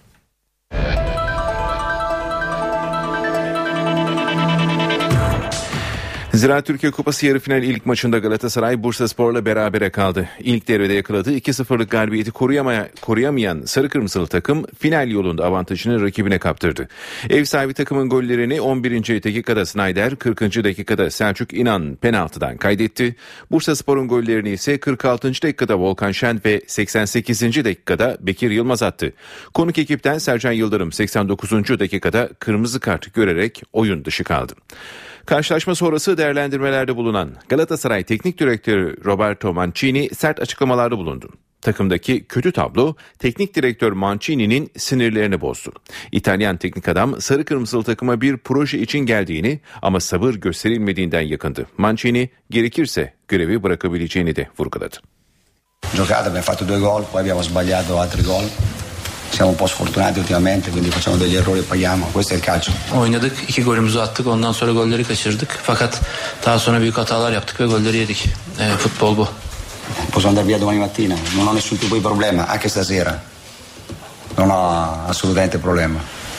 Speaker 17: Ziraat Türkiye Kupası yarı final ilk maçında Galatasaray Bursaspor'la berabere kaldı. İlk devrede yakaladığı iki sıfırlık galibiyeti koruyamaya, koruyamayan sarı kırmızılı takım final yolunda avantajını rakibine kaptırdı. Ev sahibi takımın gollerini on birinci dakikada Snyder, kırkıncı dakikada Selçuk İnan penaltıdan kaydetti. Bursaspor'un gollerini ise kırk altıncı dakikada Volkan Şen ve seksen sekizinci dakikada Bekir Yılmaz attı. Konuk ekipten Sercan Yıldırım seksen dokuzuncu dakikada kırmızı kart görerek oyun dışı kaldı. Karşılaşma sonrası değerlendirmelerde bulunan Galatasaray Teknik Direktörü Roberto Mancini sert açıklamalarda bulundu. Takımdaki kötü tablo teknik direktör Mancini'nin sinirlerini bozdu. İtalyan teknik adam sarı kırmızılı takıma bir proje için geldiğini ama sabır gösterilmediğinden yakındı. Mancini gerekirse görevi bırakabileceğini de vurguladı.
Speaker 18: Giocata, abbiamo fatto due gol, poi abbiamo sbagliato altri gol. Siamo un po' sfortunati ultimamente, quindi facciamo degli errori e paghiamo. Questo è il calcio.
Speaker 19: Oynadık, iki golümüzü attık, ondan sonra golleri kaçırdık. Fakat daha sonra büyük hatalar yaptık ve golleri yedik. E, futbol bu.
Speaker 18: Posso andare via domani mattina, non ho nessun tipo di problema, anche stasera. Non ho assolutamente problema.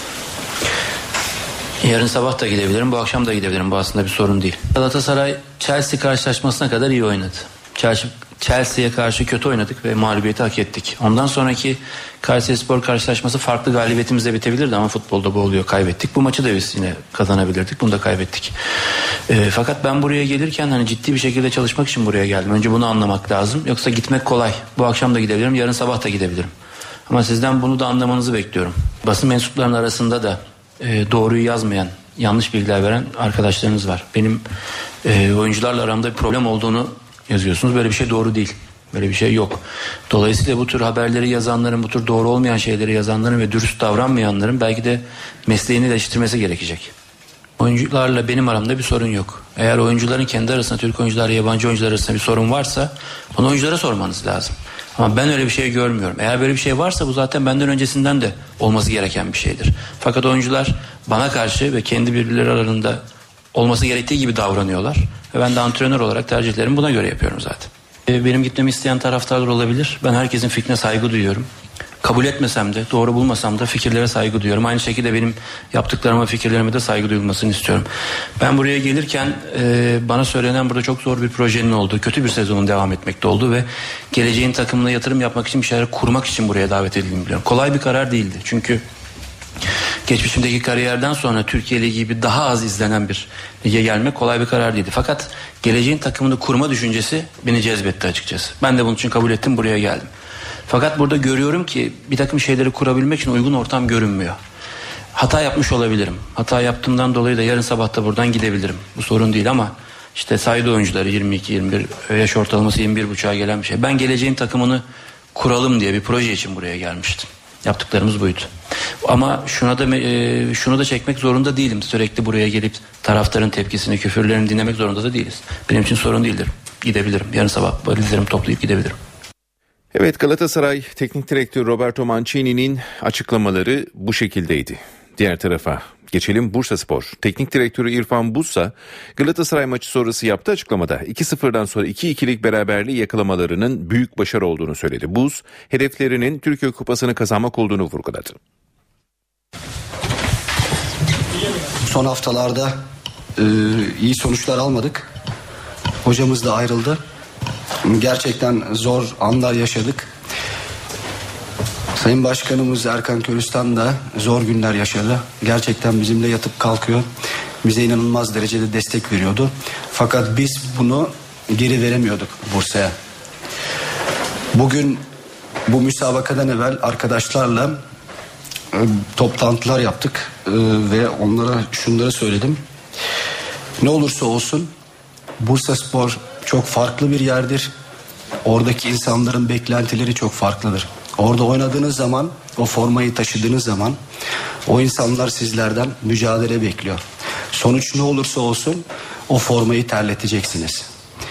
Speaker 19: Yarın sabah da gidebilirim, bu akşam da gidebilirim. Bu aslında bir sorun değil. Galatasaray Chelsea karşılaşmasına kadar iyi oynadı. Chelsea Chelsea'ye karşı kötü oynadık ve mağlubiyeti hak ettik. Ondan sonraki Kayserispor karşılaşması farklı galibiyetimizle bitebilirdi ama futbolda bu oluyor, kaybettik. Bu maçı da biz yine kazanabilirdik, bunu da kaybettik. E, fakat ben buraya gelirken hani ciddi bir şekilde çalışmak için buraya geldim. Önce bunu anlamak lazım. Yoksa gitmek kolay. Bu akşam da gidebilirim, yarın sabah da gidebilirim. Ama sizden bunu da anlamanızı bekliyorum. Basın mensuplarının arasında da e, doğruyu yazmayan, yanlış bilgiler veren arkadaşlarınız var. Benim e, oyuncularla aramda bir problem olduğunu yazıyorsunuz. Böyle bir şey doğru değil. Böyle bir şey yok. Dolayısıyla bu tür haberleri yazanların, bu tür doğru olmayan şeyleri yazanların ve dürüst davranmayanların belki de mesleğini değiştirmesi gerekecek. Oyuncularla benim aramda bir sorun yok. Eğer oyuncuların kendi arasında, Türk oyuncularla yabancı oyuncular arasında bir sorun varsa onu oyunculara sormanız lazım. Ama ben öyle bir şey görmüyorum. Eğer böyle bir şey varsa bu zaten benden öncesinden de olması gereken bir şeydir. Fakat oyuncular bana karşı ve kendi birbirleri aralarında olması gerektiği gibi davranıyorlar. Ve ben de antrenör olarak tercihlerimi buna göre yapıyorum zaten. Benim gitmemi isteyen taraftarlar olabilir. Ben herkesin fikrine saygı duyuyorum. Kabul etmesem de, doğru bulmasam da fikirlere saygı duyuyorum. Aynı şekilde benim yaptıklarıma, fikirlerime de saygı duyulmasını istiyorum. Ben buraya gelirken e, bana söylenen burada çok zor bir projenin olduğu, kötü bir sezonun devam etmekte olduğu ve geleceğin takımına yatırım yapmak için, bir şeyler kurmak için buraya davet edildiğimi biliyorum. Kolay bir karar değildi. Çünkü geçmişimdeki kariyerden sonra Türkiye Ligi gibi daha az izlenen bir lige gelmek kolay bir karar değildi. Fakat geleceğin takımını kurma düşüncesi beni cezbetti açıkçası. Ben de bunun için kabul ettim, buraya geldim. Fakat burada görüyorum ki bir takım şeyleri kurabilmek için uygun ortam görünmüyor. Hata yapmış olabilirim. Hata yaptığımdan dolayı da yarın sabah da buradan gidebilirim. Bu sorun değil ama işte sayıda oyuncuları yirmi iki yirmi bir, yaş ortalaması yirmi bir buçuğa gelen bir şey. Ben geleceğin takımını kuralım diye bir proje için buraya gelmiştim. Yaptıklarımız buydu. Ama şuna da e, şunu da çekmek zorunda değilim. Sürekli buraya gelip taraftarın tepkisini, küfürlerini dinlemek zorunda da değiliz. Benim için sorun değildir. Gidebilirim. Yarın sabah valizlerimi toplayıp gidebilirim.
Speaker 17: Evet, Galatasaray Teknik Direktörü Roberto Mancini'nin açıklamaları bu şekildeydi. Diğer tarafa geçelim. Bursaspor Teknik Direktörü İrfan Buzsa Galatasaray maçı sonrası yaptığı açıklamada iki sıfırdan sonra iki ikilik beraberliği yakalamalarının büyük başarı olduğunu söyledi. Buz, hedeflerinin Türkiye Kupası'nı kazanmak olduğunu vurguladı.
Speaker 20: Son haftalarda e, iyi sonuçlar almadık. Hocamız da ayrıldı. Gerçekten zor anlar yaşadık. Sayın Başkanımız Erkan Körüstan da zor günler yaşadı. Gerçekten bizimle yatıp kalkıyor. Bize inanılmaz derecede destek veriyordu. Fakat biz bunu geri veremiyorduk Bursa'ya. Bugün bu müsabakadan evvel arkadaşlarla e, toplantılar yaptık e, ve onlara şunları söyledim. Ne olursa olsun Bursaspor çok farklı bir yerdir. Oradaki insanların beklentileri çok farklıdır. Orada oynadığınız zaman, o formayı taşıdığınız zaman o insanlar sizlerden mücadele bekliyor. Sonuç ne olursa olsun o formayı terleteceksiniz.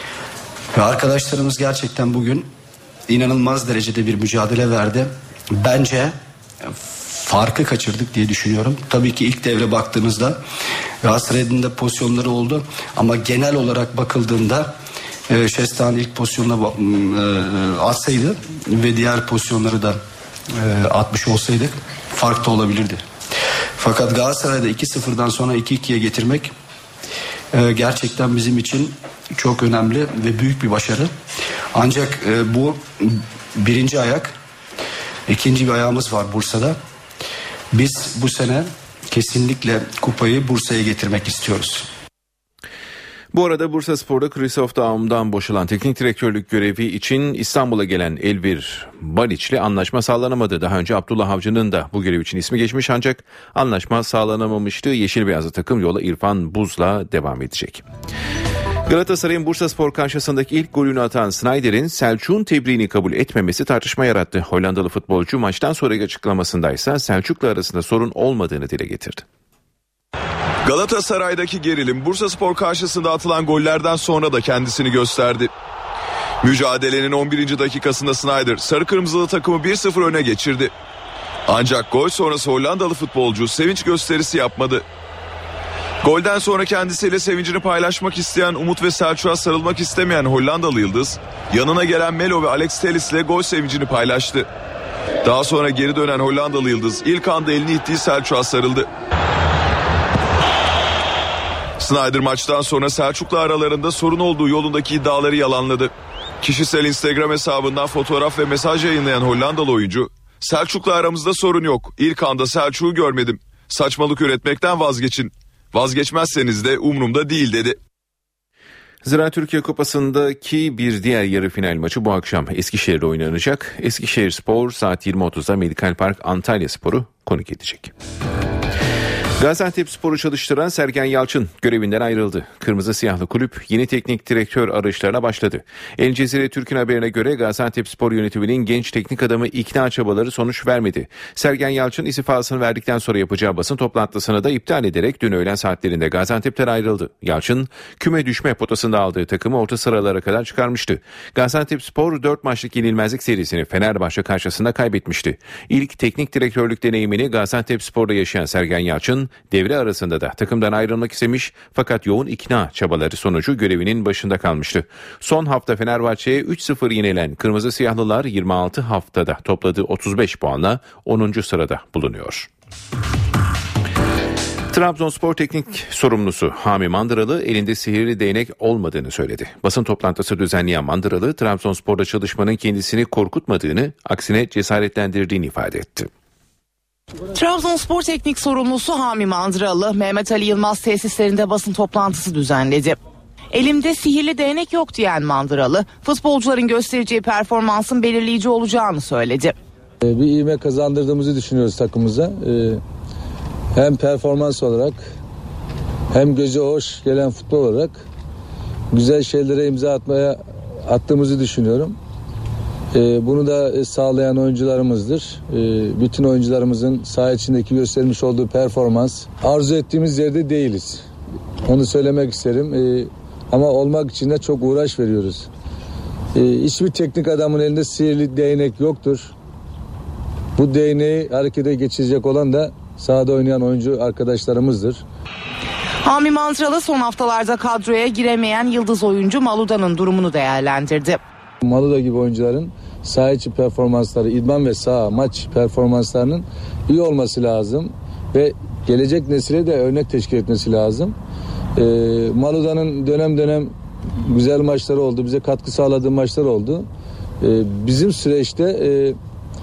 Speaker 20: Ve arkadaşlarımız gerçekten bugün inanılmaz derecede bir mücadele verdi. Bence farkı kaçırdık diye düşünüyorum. Tabii ki ilk devre baktığımızda Galatasaray'ın da pozisyonları oldu. Ama genel olarak bakıldığında e, Şesta'nın ilk pozisyonuna e, atsaydı ve diğer pozisyonları da e, atmış olsaydık fark da olabilirdi. Fakat Galatasaray'da iki sıfırdan sonra iki ikiye getirmek e, gerçekten bizim için çok önemli ve büyük bir başarı. Ancak e, bu birinci ayak, ikinci bir ayağımız var Bursa'da. Biz bu sene kesinlikle kupayı Bursa'ya getirmek istiyoruz.
Speaker 17: Bu arada Bursaspor'da Christoph Daum'dan boşalan teknik direktörlük görevi için İstanbul'a gelen Elvir Baliç'le anlaşma sağlanamadı. Daha önce Abdullah Avcı'nın da bu görev için ismi geçmiş ancak anlaşma sağlanamamıştı. Yeşil beyazlı takım yola İrfan Buz'la devam edecek. Galatasaray'ın Bursaspor karşısındaki ilk golünü atan Sneijder'in Selçuk'un tebriğini kabul etmemesi tartışma yarattı. Hollandalı futbolcu maçtan sonraki açıklamasındaysa Selçuk'la arasında sorun olmadığını dile getirdi.
Speaker 21: Galatasaray'daki gerilim Bursaspor karşısında atılan gollerden sonra da kendisini gösterdi. Mücadelenin on birinci dakikasında Sneijder sarı kırmızılı takımı bir sıfır öne geçirdi. Ancak gol sonrası Hollandalı futbolcu sevinç gösterisi yapmadı. Golden sonra kendisiyle sevincini paylaşmak isteyen Umut ve Selçuk'a sarılmak istemeyen Hollandalı yıldız, yanına gelen Melo ve Alex Telles ile gol sevincini paylaştı. Daha sonra geri dönen Hollandalı yıldız ilk anda elini ittiği Selçuk'a sarıldı. Sneijder maçtan sonra Selçuk'la aralarında sorun olduğu yolundaki iddiaları yalanladı. Kişisel Instagram hesabından fotoğraf ve mesaj yayınlayan Hollandalı oyuncu, Selçuk'la aramızda sorun yok. İlk anda Selçuk'u görmedim. Saçmalık üretmekten vazgeçin. Vazgeçmezseniz de umurumda değil dedi.
Speaker 17: Ziraat Türkiye Kupası'ndaki bir diğer yarı final maçı bu akşam Eskişehir'de oynanacak. Eskişehirspor saat yirmi otuzda Medikal Park Antalyaspor'u konuk edecek. Gaziantepspor'u çalıştıran Sergen Yalçın görevinden ayrıldı. Kırmızı Siyahlı kulüp yeni teknik direktör arayışlarına başladı. El Cezire Türk'ün haberine göre Gaziantepspor yönetiminin genç teknik adamı ikna çabaları sonuç vermedi. Sergen Yalçın istifasını verdikten sonra yapacağı basın toplantısını da iptal ederek dün öğlen saatlerinde Gaziantep'ten ayrıldı. Yalçın küme düşme potasında aldığı takımı orta sıralara kadar çıkarmıştı. Gaziantepspor dört maçlık yenilmezlik serisini Fenerbahçe karşısında kaybetmişti. İlk teknik direktörlük deneyimini Gaziantepspor'da yaşayan Sergen Yalçın devre arasında da takımdan ayrılmak istemiş fakat yoğun ikna çabaları sonucu görevinin başında kalmıştı. Son hafta Fenerbahçe'ye üç sıfır yenilen Kırmızı Siyahlılar yirmi altı haftada topladığı otuz beş puanla onuncu sırada bulunuyor. Trabzonspor teknik sorumlusu Hami Mandıralı elinde sihirli değnek olmadığını söyledi. Basın toplantısı düzenleyen Mandıralı, Trabzonspor'da çalışmanın kendisini korkutmadığını, aksine cesaretlendirdiğini ifade etti.
Speaker 22: Trabzonspor teknik sorumlusu Hami Mandıralı, Mehmet Ali Yılmaz tesislerinde basın toplantısı düzenledi. Elimde sihirli değnek yok diyen Mandıralı, futbolcuların göstereceği performansın belirleyici olacağını söyledi.
Speaker 23: Bir ivme kazandırdığımızı düşünüyoruz takımımıza. Hem performans olarak hem göze hoş gelen futbol olarak güzel şeylere imza atmaya attığımızı düşünüyorum. Bunu da sağlayan oyuncularımızdır. Bütün oyuncularımızın saha içindeki göstermiş olduğu performans, arzu ettiğimiz yerde değiliz. Onu söylemek isterim. Ama olmak için de çok uğraş veriyoruz. Hiçbir teknik adamın elinde sihirli değnek yoktur. Bu değneği harekete geçirecek olan da sahada oynayan oyuncu arkadaşlarımızdır.
Speaker 22: Hami Mandıralı son haftalarda kadroya giremeyen yıldız oyuncu Maluda'nın durumunu değerlendirdi.
Speaker 23: Maluda gibi oyuncuların saha içi performansları, idman ve saha maç performanslarının iyi olması lazım ve gelecek nesile de örnek teşkil etmesi lazım. Ee, Maluda'nın dönem dönem güzel maçları oldu, bize katkı sağladığı maçlar oldu. Ee, bizim süreçte e,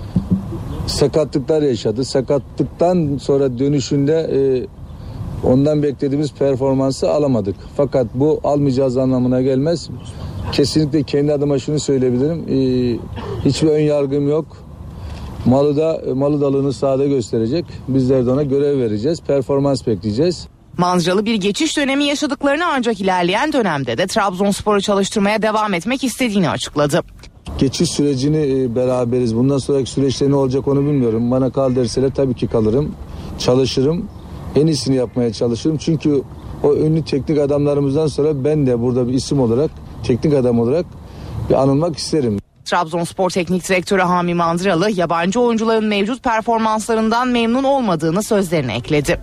Speaker 23: sakatlıklar yaşadı. Sakatlıktan sonra dönüşünde e, ondan beklediğimiz performansı alamadık. Fakat bu almayacağız anlamına gelmez. Kesinlikle kendi adıma şunu söyleyebilirim. Ee, hiçbir ön yargım yok. Maluda, Maludalığını sahada gösterecek. Bizler de ona görev vereceğiz. Performans bekleyeceğiz.
Speaker 22: Mandıralı bir geçiş dönemi yaşadıklarını ancak ilerleyen dönemde de Trabzonspor'u çalıştırmaya devam etmek istediğini açıkladı.
Speaker 23: Geçiş sürecini beraberiz. Bundan sonraki süreçte ne olacak onu bilmiyorum. Bana kal derseler tabii ki kalırım. Çalışırım. En iyisini yapmaya çalışırım. Çünkü o ünlü teknik adamlarımızdan sonra ben de burada bir isim olarak, teknik adam olarak bir anılmak isterim.
Speaker 22: Trabzonspor Teknik Direktörü Hami Mandıralı yabancı oyuncuların mevcut performanslarından memnun olmadığını sözlerine ekledi.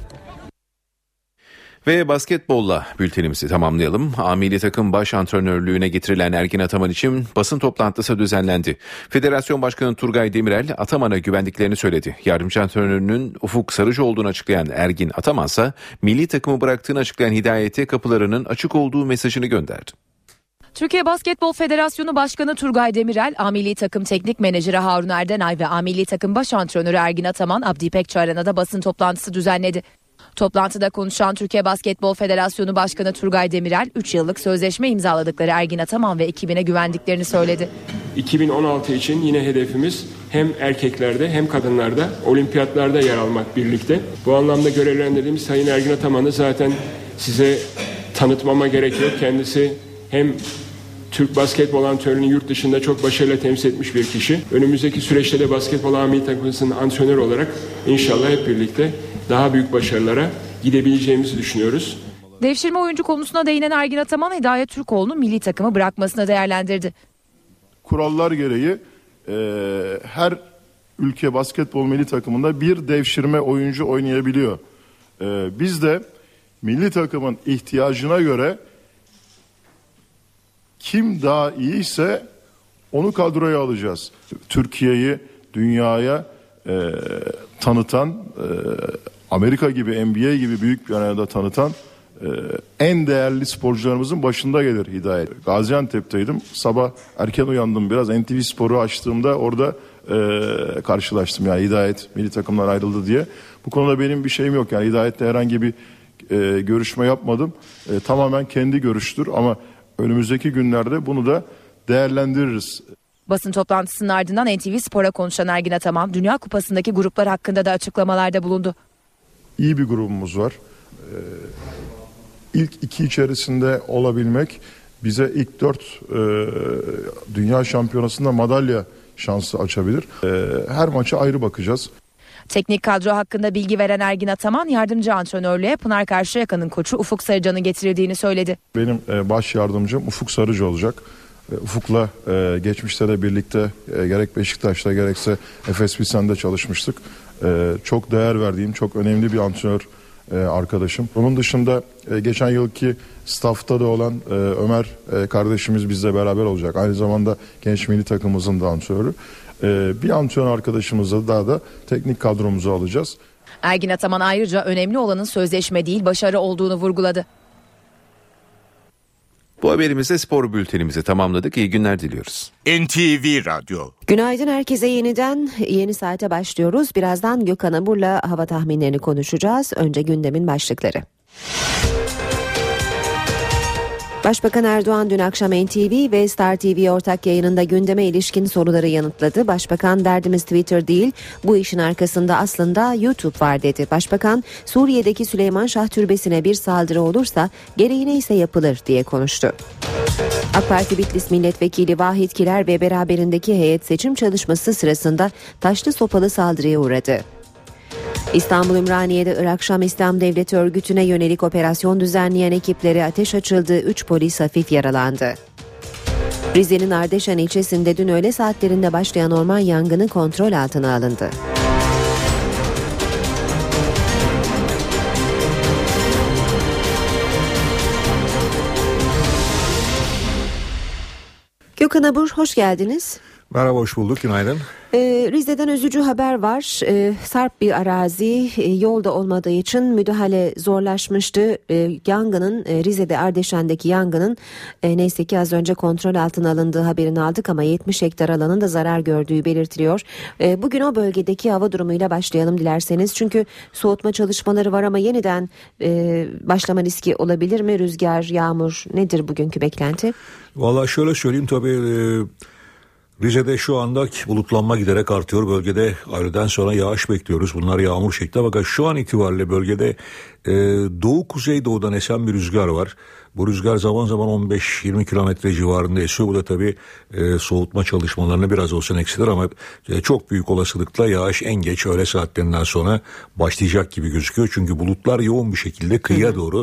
Speaker 17: Ve basketbolla bültenimizi tamamlayalım. A milli takım baş antrenörlüğüne getirilen Ergin Ataman için basın toplantısı düzenlendi. Federasyon Başkanı Turgay Demirel Ataman'a güvendiklerini söyledi. Yardımcı antrenörünün Ufuk Sarıcı olduğunu açıklayan Ergin Ataman ise milli takımı bıraktığını açıklayan Hidayet'e kapılarının açık olduğu mesajını gönderdi.
Speaker 4: Türkiye Basketbol Federasyonu Başkanı Turgay Demirel, A Milli Takım Teknik Menajeri Harun Erdenay ve A Milli Takım Baş Antrenörü Ergin Ataman, Abdi İpekçi Arena'da basın toplantısı düzenledi. Toplantıda konuşan Türkiye Basketbol Federasyonu Başkanı Turgay Demirel, üç yıllık sözleşme imzaladıkları Ergin Ataman ve ekibine güvendiklerini söyledi.
Speaker 5: iki bin on altı için yine hedefimiz hem erkeklerde hem kadınlarda olimpiyatlarda yer almak birlikte. Bu anlamda görevlendirdiğimiz Sayın Ergin Ataman'ı zaten size tanıtmama gerek yok. Kendisi hem Türk basketbol antrenörünü yurt dışında çok başarıyla temsil etmiş bir kişi. Önümüzdeki süreçte de basketbol A milli takımının antrenörü olarak inşallah hep birlikte daha büyük başarılara gidebileceğimizi düşünüyoruz.
Speaker 4: Devşirme oyuncu konusuna değinen Ergin Ataman, Hidayet Türkoğlu'nun milli takımı bırakmasını değerlendirdi.
Speaker 6: Kurallar gereği e, her ülke basketbol milli takımında bir devşirme oyuncu oynayabiliyor. E, biz de milli takımın ihtiyacına göre kim daha iyiyse onu kadroya alacağız. Türkiye'yi dünyaya e, tanıtan, e, Amerika gibi, N B A gibi büyük bir arenada tanıtan e, en değerli sporcularımızın başında gelir Hidayet. Gaziantep'teydim. Sabah erken uyandım biraz. N T V Spor'u açtığımda orada e, karşılaştım. Yani Hidayet milli takımdan ayrıldı diye. Bu konuda benim bir şeyim yok. Yani Hidayet'le herhangi bir e, görüşme yapmadım. E, tamamen kendi görüştür ama önümüzdeki günlerde bunu da değerlendiririz.
Speaker 4: Basın toplantısının ardından N T V Spor'a konuşan Ergin Ataman, Dünya Kupası'ndaki gruplar hakkında da açıklamalarda bulundu.
Speaker 6: İyi bir grubumuz var. Ee, ilk iki içerisinde olabilmek bize ilk dört e, Dünya Şampiyonası'nda madalya şansı açabilir. E, her maça ayrı bakacağız.
Speaker 4: Teknik kadro hakkında bilgi veren Ergin Ataman, yardımcı antrenörlüğe Pınar Karşıyaka'nın koçu Ufuk Sarıcan'ı getirildiğini söyledi.
Speaker 6: Benim e, baş yardımcım Ufuk Sarıcı olacak. E, Ufuk'la e, geçmişte de birlikte e, gerek Beşiktaş'ta gerekse Efes Pilsen'de çalışmıştık. E, çok değer verdiğim, çok önemli bir antrenör e, arkadaşım. Onun dışında e, geçen yılki staff'ta da olan e, Ömer e, kardeşimiz bizle beraber olacak. Aynı zamanda genç milli takımımızın da antrenörü. Ee, bir antrenör arkadaşımızı daha da teknik kadromuza alacağız.
Speaker 4: Ergin Ataman ayrıca önemli olanın sözleşme değil başarı olduğunu vurguladı.
Speaker 17: Bu haberimizle spor bültenimizi tamamladık. İyi günler diliyoruz.
Speaker 1: N T V Radyo.
Speaker 2: Günaydın herkese, yeniden yeni saate başlıyoruz. Birazdan Gökhan Abur'la hava tahminlerini konuşacağız. Önce gündemin başlıkları. Başbakan Erdoğan dün akşam N T V ve Star T V ortak yayınında gündeme ilişkin soruları yanıtladı. Başbakan, derdimiz Twitter değil, bu işin arkasında aslında YouTube var dedi. Başbakan, Suriye'deki Süleyman Şah Türbesi'ne bir saldırı olursa gereği neyse yapılır diye konuştu. AK Parti Bitlis Milletvekili Vahit Kiler ve beraberindeki heyet seçim çalışması sırasında taşlı sopalı saldırıya uğradı. İstanbul Ümraniye'de Irak Şam İslam Devleti örgütüne yönelik operasyon düzenleyen ekiplere ateş açıldı, üç polis hafif yaralandı. Rize'nin Ardeşen ilçesinde dün öğle saatlerinde başlayan orman yangını kontrol altına alındı. Gökhan Abur, hoş geldiniz.
Speaker 24: Merhaba, hoş bulduk, günaydın.
Speaker 2: Ee, Rize'den üzücü haber var. Ee, sarp bir arazi, e, yolda olmadığı için müdahale zorlaşmıştı. Ee, yangının e, Rize'de Ardeşen'deki yangının e, neyse ki az önce kontrol altına alındığı haberini aldık ama yetmiş hektar alanın da zarar gördüğü belirtiliyor. E, bugün o bölgedeki hava durumuyla başlayalım dilerseniz. Çünkü soğutma çalışmaları var ama yeniden e, başlama riski olabilir mi? Rüzgar, yağmur, nedir bugünkü beklenti?
Speaker 24: Vallahi şöyle söyleyeyim, tabii e, Rize'de şu anda bulutlanma giderek artıyor. Bölgede öğleden sonra yağış bekliyoruz. Bunlar yağmur şeklinde, fakat şu an itibariyle bölgede e, doğu kuzeydoğudan esen bir rüzgar var. Bu rüzgar zaman zaman on beş yirmi kilometre civarında esiyor. Bu da tabii e, soğutma çalışmalarını biraz olsun eksilir ama e, çok büyük olasılıkla yağış en geç öğle saatlerinden sonra başlayacak gibi gözüküyor. Çünkü bulutlar yoğun bir şekilde kıyıya doğru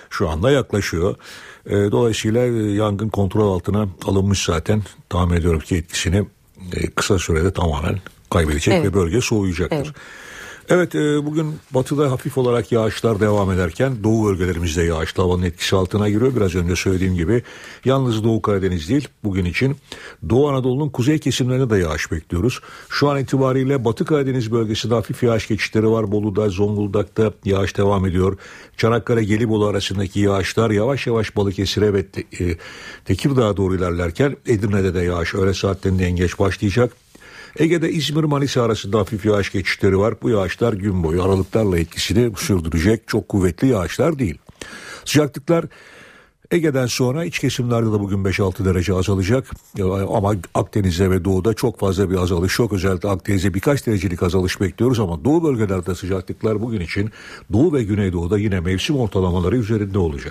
Speaker 24: şu anda yaklaşıyor. E, dolayısıyla yangın kontrol altına alınmış zaten. Tahmin ediyorum ki etkisini e, kısa sürede tamamen kaybedecek evet. ve bölge soğuyacaktır. Evet. Evet bugün batıda hafif olarak yağışlar devam ederken doğu bölgelerimizde yağışlı havanın etkisi altına giriyor. Biraz önce söylediğim gibi yalnız Doğu Karadeniz değil bugün için Doğu Anadolu'nun kuzey kesimlerine de yağış bekliyoruz. Şu an itibariyle Batı Karadeniz bölgesinde hafif yağış geçişleri var. Bolu'da, Zonguldak'ta yağış devam ediyor. Çanakkale, Gelibolu arasındaki yağışlar yavaş yavaş Balıkesir'e ve Tekirdağ'a doğru ilerlerken Edirne'de de yağış öğle saatlerinde en geç başlayacak. Ege'de İzmir, Manisa arasında hafif yağış geçişleri var. Bu yağışlar gün boyu aralıklarla etkisini sürdürecek çok kuvvetli yağışlar değil. Sıcaklıklar Ege'den sonra iç kesimlerde de bugün beş altı derece azalacak. Ama Akdeniz'de ve doğuda çok fazla bir azalış yok. Özellikle Akdeniz'de birkaç derecelik azalış bekliyoruz ama doğu bölgelerde sıcaklıklar bugün için doğu ve güneydoğuda yine mevsim ortalamaları üzerinde olacak.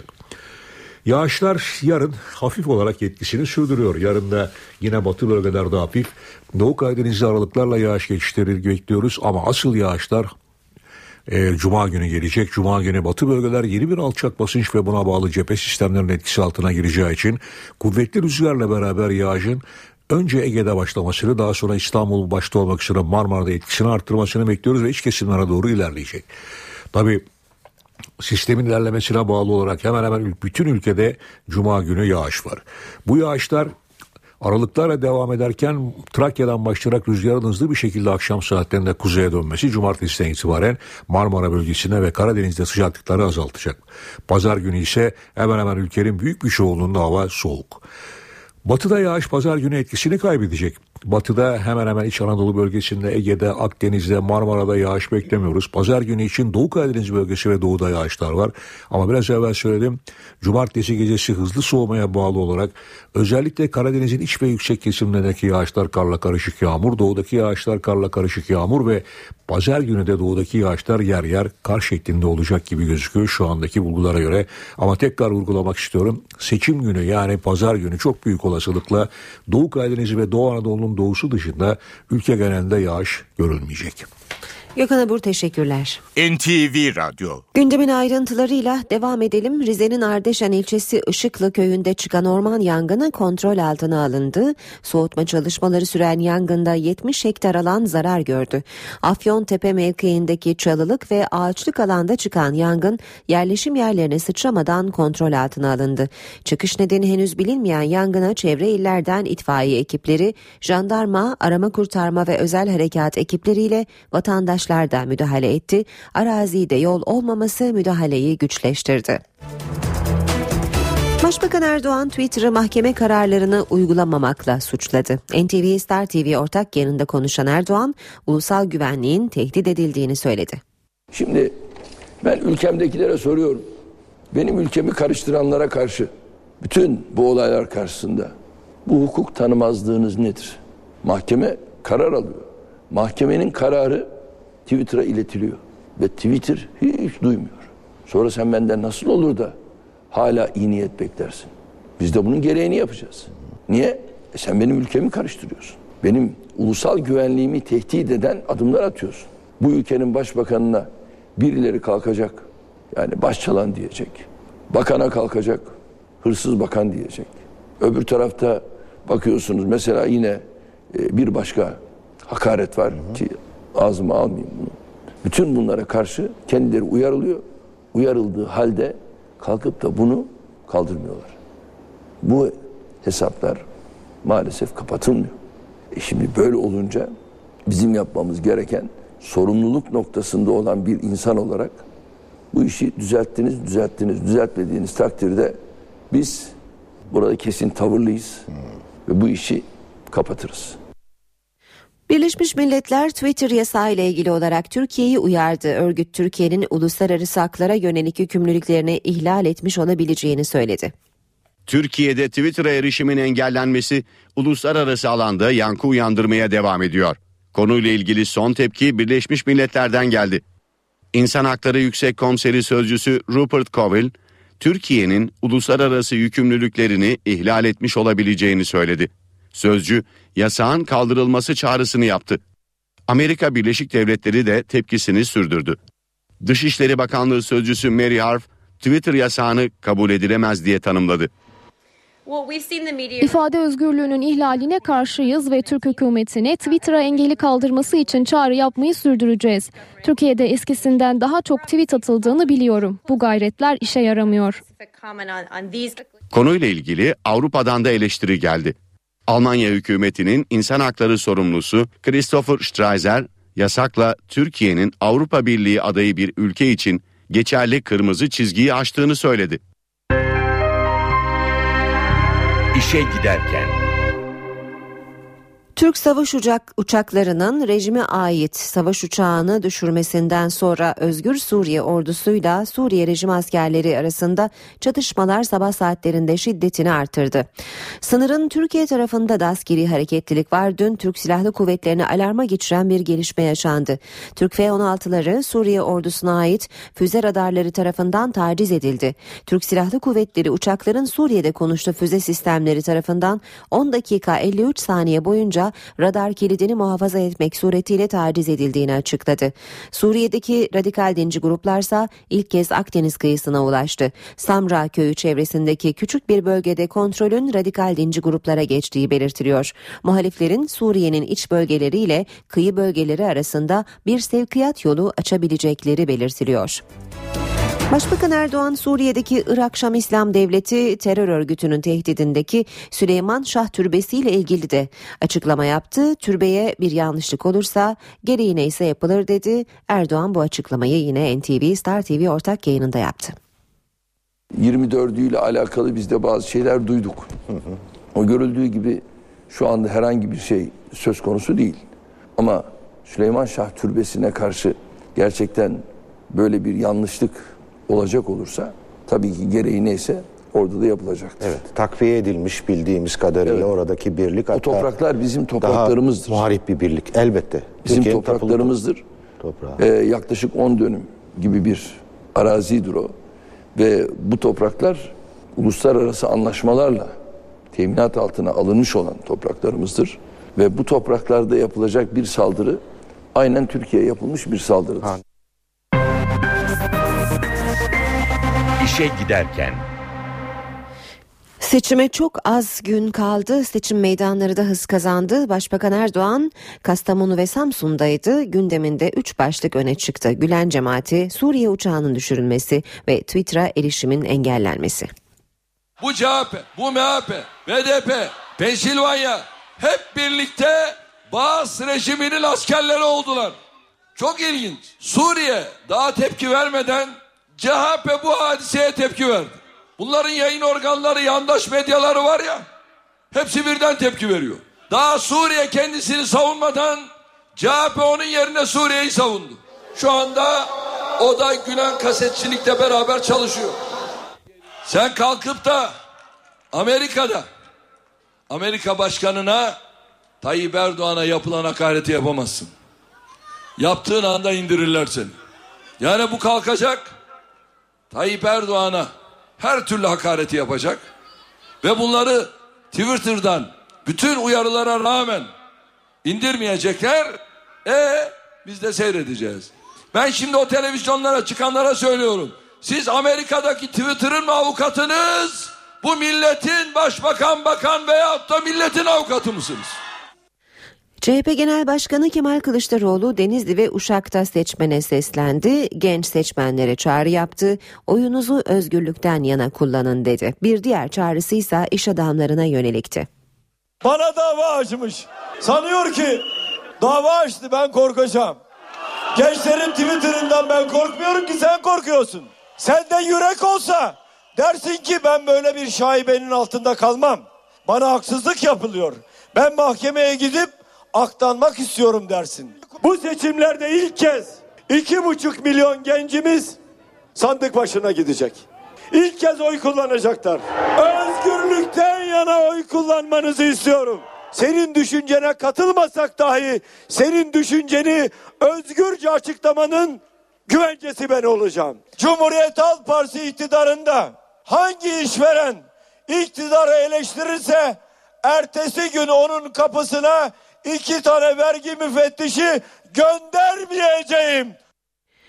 Speaker 24: Yağışlar yarın hafif olarak etkisini sürdürüyor. Yarın da yine batı bölgelerde hafif, Doğu Karadeniz'de aralıklarla yağış geçişleri bekliyoruz. Ama asıl yağışlar e, Cuma günü gelecek. Cuma günü batı bölgeler yeni bir alçak basınç ve buna bağlı cephe sistemlerinin etkisi altına gireceği için kuvvetli rüzgarla beraber yağışın önce Ege'de başlamasını, daha sonra İstanbul başta olmak üzere Marmara'da etkisini arttırmasını bekliyoruz ve iç kesimlere doğru ilerleyecek. Tabii sistemin ilerlemesine bağlı olarak hemen hemen bütün ülkede Cuma günü yağış var. Bu yağışlar aralıklarla devam ederken Trakya'dan başlayarak rüzgarın hızlı bir şekilde akşam saatlerinde kuzeye dönmesi cumartesiden itibaren Marmara bölgesine ve Karadeniz'de sıcaklıkları azaltacak. Pazar günü ise hemen hemen ülkenin büyük bir çoğunluğunda hava soğuk. Batıda yağış pazar günü etkisini kaybedecek. Batıda hemen hemen İç Anadolu bölgesinde, Ege'de, Akdeniz'de, Marmara'da yağış beklemiyoruz. Pazar günü için Doğu Karadeniz bölgesi ve doğuda yağışlar var. Ama biraz evvel söyledim, cumartesi gecesi hızlı soğumaya bağlı olarak özellikle Karadeniz'in iç ve yüksek kesimlerindeki yağışlar karla karışık yağmur, doğudaki yağışlar karla karışık yağmur ve pazar günü de doğudaki yağışlar yer yer kar şeklinde olacak gibi gözüküyor şu andaki bulgulara göre. Ama tekrar vurgulamak istiyorum, seçim günü yani pazar günü çok büyük olasılıkla Doğu Karadeniz ve Doğu Anadolu'nun doğusu dışında ülke genelinde yağış görülmeyecek.
Speaker 2: Gökhan Abur teşekkürler.
Speaker 1: N T V Radyo.
Speaker 2: Gündemin ayrıntılarıyla devam edelim. Rize'nin Ardeşen ilçesi Işıklı köyünde çıkan orman yangını kontrol altına alındı. Soğutma çalışmaları süren yangında yetmiş hektar alan zarar gördü. Afyontepe mevkiindeki çalılık ve ağaçlık alanda çıkan yangın yerleşim yerlerine sıçramadan kontrol altına alındı. Çıkış nedeni henüz bilinmeyen yangına çevre illerden itfaiye ekipleri, jandarma, arama kurtarma ve özel harekat ekipleriyle vatandaş da müdahale etti. Arazide yol olmaması müdahaleyi güçleştirdi. Başbakan Erdoğan Twitter'ı mahkeme kararlarını uygulamamakla suçladı. N T V Star T V ortak yayınında konuşan Erdoğan, ulusal güvenliğin tehdit edildiğini söyledi.
Speaker 7: Şimdi ben ülkemdekilere soruyorum. Benim ülkemi karıştıranlara karşı, bütün bu olaylar karşısında bu hukuk tanımazlığınız nedir? Mahkeme karar alıyor. Mahkemenin kararı Twitter'a iletiliyor ve Twitter hiç duymuyor. Sonra sen benden nasıl olur da hala iyi niyet beklersin? Biz de bunun gereğini yapacağız. Niye? E sen benim ülkemi karıştırıyorsun. Benim ulusal güvenliğimi tehdit eden adımlar atıyorsun. Bu ülkenin başbakanına birileri kalkacak, yani başçalan diyecek. Bakana kalkacak, hırsız bakan diyecek. Öbür tarafta bakıyorsunuz mesela yine e, bir başka hakaret var ki ağzıma almayayım bunu. Bütün bunlara karşı kendileri uyarılıyor. Uyarıldığı halde kalkıp da bunu kaldırmıyorlar. Bu hesaplar maalesef kapatılmıyor. E şimdi böyle olunca bizim yapmamız gereken sorumluluk noktasında olan bir insan olarak bu işi düzelttiniz, düzelttiniz, düzeltmediğiniz takdirde biz burada kesin tavırlıyız hmm. ve bu işi kapatırız.
Speaker 2: Birleşmiş Milletler Twitter yasağı ile ilgili olarak Türkiye'yi uyardı. Örgüt Türkiye'nin uluslararası haklara yönelik yükümlülüklerini ihlal etmiş olabileceğini söyledi.
Speaker 1: Türkiye'de Twitter'a erişimin engellenmesi uluslararası alanda yankı uyandırmaya devam ediyor. Konuyla ilgili son tepki Birleşmiş Milletler'den geldi. İnsan Hakları Yüksek Komiseri Sözcüsü Rupert Colville, Türkiye'nin uluslararası yükümlülüklerini ihlal etmiş olabileceğini söyledi. Sözcü, yasağın kaldırılması çağrısını yaptı. Amerika Birleşik Devletleri de tepkisini sürdürdü. Dışişleri Bakanlığı Sözcüsü Mary Harf, Twitter yasağını kabul edilemez diye tanımladı.
Speaker 8: İfade özgürlüğünün ihlaline karşıyız ve Türk hükümetine Twitter'a engeli kaldırması için çağrı yapmayı sürdüreceğiz. Türkiye'de eskisinden daha çok tweet atıldığını biliyorum. Bu gayretler işe yaramıyor.
Speaker 1: Konuyla ilgili Avrupa'dan da eleştiri geldi. Almanya hükümetinin insan hakları sorumlusu Christopher Streiser, yasakla Türkiye'nin Avrupa Birliği adayı bir ülke için geçerli kırmızı çizgiyi aştığını söyledi.
Speaker 9: İşe giderken.
Speaker 2: Türk savaş uçak uçaklarının rejime ait savaş uçağını düşürmesinden sonra Özgür Suriye ordusuyla Suriye rejim askerleri arasında çatışmalar sabah saatlerinde şiddetini artırdı. Sınırın Türkiye tarafında da askeri hareketlilik var. Dün Türk Silahlı Kuvvetleri'ni alarma geçiren bir gelişme yaşandı. Türk F on altıları Suriye ordusuna ait füze radarları tarafından taciz edildi. Türk Silahlı Kuvvetleri uçakların Suriye'de konuştuğu füze sistemleri tarafından on dakika elli üç saniye boyunca radar kilidini muhafaza etmek suretiyle taciz edildiğini açıkladı. Suriye'deki radikal dinci gruplarsa ilk kez Akdeniz kıyısına ulaştı. Samra köyü çevresindeki küçük bir bölgede kontrolün radikal dinci gruplara geçtiği belirtiliyor. Muhaliflerin Suriye'nin iç bölgeleriyle kıyı bölgeleri arasında bir sevkiyat yolu açabilecekleri belirtiliyor. Başbakan Erdoğan, Suriye'deki Irak Şam İslam Devleti terör örgütünün tehdidindeki Süleyman Şah Türbesi ile ilgili de açıklama yaptı. Türbeye bir yanlışlık olursa gereği neyse yapılır dedi. Erdoğan bu açıklamayı yine N T V, Star T V ortak yayınında yaptı.
Speaker 7: yirmi dördü ile alakalı biz de bazı şeyler duyduk. O görüldüğü gibi şu anda herhangi bir şey söz konusu değil. Ama Süleyman Şah Türbesi'ne karşı gerçekten böyle bir yanlışlık olacak olursa tabii ki gereği neyse orada da yapılacaktır.
Speaker 10: Evet, takviye edilmiş bildiğimiz kadarıyla evet. Oradaki birlik.
Speaker 7: O topraklar bizim topraklarımızdır.
Speaker 10: Daha muharip bir birlik elbette.
Speaker 7: Bizim Türkiye'nin topraklarımızdır. Ee, yaklaşık on dönüm gibi bir arazidir o. Ve bu topraklar uluslararası anlaşmalarla teminat altına alınmış olan topraklarımızdır. Ve bu topraklarda yapılacak bir saldırı aynen Türkiye'ye yapılmış bir saldırıdır. Ha.
Speaker 9: İşe giderken.
Speaker 2: Seçime çok az gün kaldı. Seçim meydanları da hız kazandı. Başbakan Erdoğan Kastamonu ve Samsun'daydı. Gündeminde üç başlık öne çıktı. Gülen cemaati, Suriye uçağının düşürülmesi ve Twitter'a erişimin engellenmesi.
Speaker 12: Bu C H P, bu M H P, B D P, Pensilvanya hep birlikte Baas rejiminin askerleri oldular. Çok ilginç. Suriye daha tepki vermeden C H P bu hadiseye tepki verdi. Bunların yayın organları, yandaş medyaları var ya, hepsi birden tepki veriyor. Daha Suriye kendisini savunmadan C H P onun yerine Suriye'yi savundu. Şu anda o da Gülen kasetçilikle beraber çalışıyor. Sen kalkıp da Amerika'da Amerika Başkanı'na Tayyip Erdoğan'a yapılan hakareti yapamazsın. Yaptığın anda indirirler seni. Yani bu kalkacak, Tayyip Erdoğan'a her türlü hakareti yapacak ve bunları Twitter'dan bütün uyarılara rağmen indirmeyecekler. E biz de seyredeceğiz. Ben şimdi o televizyonlara çıkanlara söylüyorum. Siz Amerika'daki Twitter'ın mı avukatınız? Bu milletin başbakan, bakan veyahut da milletin avukatı mısınız?
Speaker 2: C H P Genel Başkanı Kemal Kılıçdaroğlu Denizli ve Uşak'ta seçmene seslendi. Genç seçmenlere çağrı yaptı. Oyunuzu özgürlükten yana kullanın dedi. Bir diğer çağrısı ise iş adamlarına yönelikti.
Speaker 25: Bana dava açmış. Sanıyor ki dava açtı, ben korkacağım. Gençlerin Twitter'ından ben korkmuyorum ki, sen korkuyorsun. Sende yürek olsa dersin ki ben böyle bir şaibenin altında kalmam. Bana haksızlık yapılıyor. Ben mahkemeye gidip aktanmak istiyorum dersin. Bu seçimlerde ilk kez iki buçuk milyon gencimiz sandık başına gidecek. İlk kez oy kullanacaklar. Özgürlükten yana oy kullanmanızı istiyorum. Senin düşüncene katılmasak dahi senin düşünceni özgürce açıklamanın güvencesi ben olacağım. Cumhuriyet Halk Partisi iktidarında hangi işveren iktidarı eleştirirse ertesi gün onun kapısına iki tane vergi müfettişi göndermeyeceğim.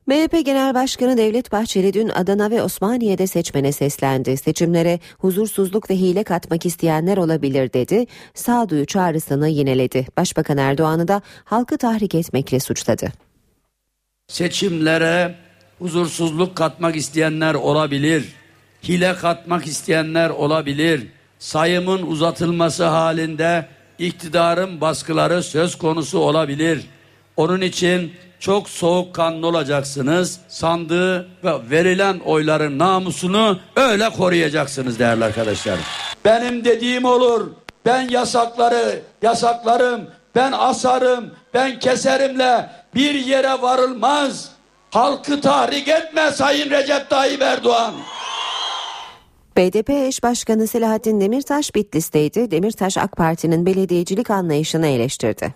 Speaker 2: M H P Genel Başkanı Devlet Bahçeli dün Adana ve Osmaniye'de seçmene seslendi. Seçimlere huzursuzluk ve hile katmak isteyenler olabilir dedi. Sağduyu çağrısını yineledi. Başbakan Erdoğan'ı da halkı tahrik etmekle suçladı.
Speaker 11: Seçimlere huzursuzluk katmak isteyenler olabilir. Hile katmak isteyenler olabilir. Sayımın uzatılması halinde iktidarın baskıları söz konusu olabilir. Onun için çok soğukkanlı olacaksınız. Sandığı ve verilen oyların namusunu öyle koruyacaksınız değerli arkadaşlar. Benim dediğim olur. Ben yasakları yasaklarım. Ben asarım. Ben keserimle bir yere varılmaz. Halkı tahrik etme Sayın Recep Tayyip Erdoğan.
Speaker 2: B D P eş başkanı Selahattin Demirtaş Bitlis'teydi. Demirtaş AK Parti'nin belediyecilik anlayışını eleştirdi.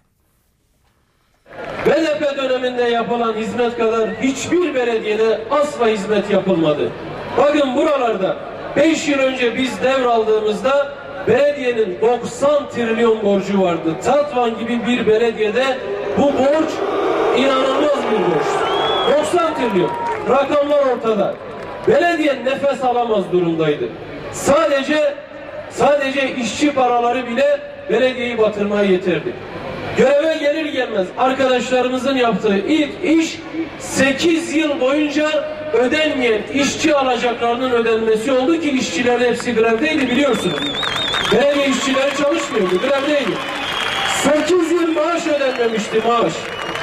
Speaker 13: B D P döneminde yapılan hizmet kadar hiçbir belediyede asla hizmet yapılmadı. Bakın buralarda beş yıl önce biz devraldığımızda belediyenin doksan trilyon borcu vardı. Tatvan gibi bir belediyede bu borç inanılmaz bir borç. doksan trilyon. Rakamlar ortada. Belediye nefes alamaz durumdaydı. Sadece sadece işçi paraları bile belediyeyi batırmaya yeterdi. Göreve gelir gelmez arkadaşlarımızın yaptığı ilk iş sekiz yıl boyunca ödenmeyen işçi alacaklarının ödenmesi oldu ki işçilerin hepsi grevdeydi biliyorsunuz. Belediye işçileri çalışmıyordu, grevdeydi. sekiz yıl maaş ödenmemişti maaş.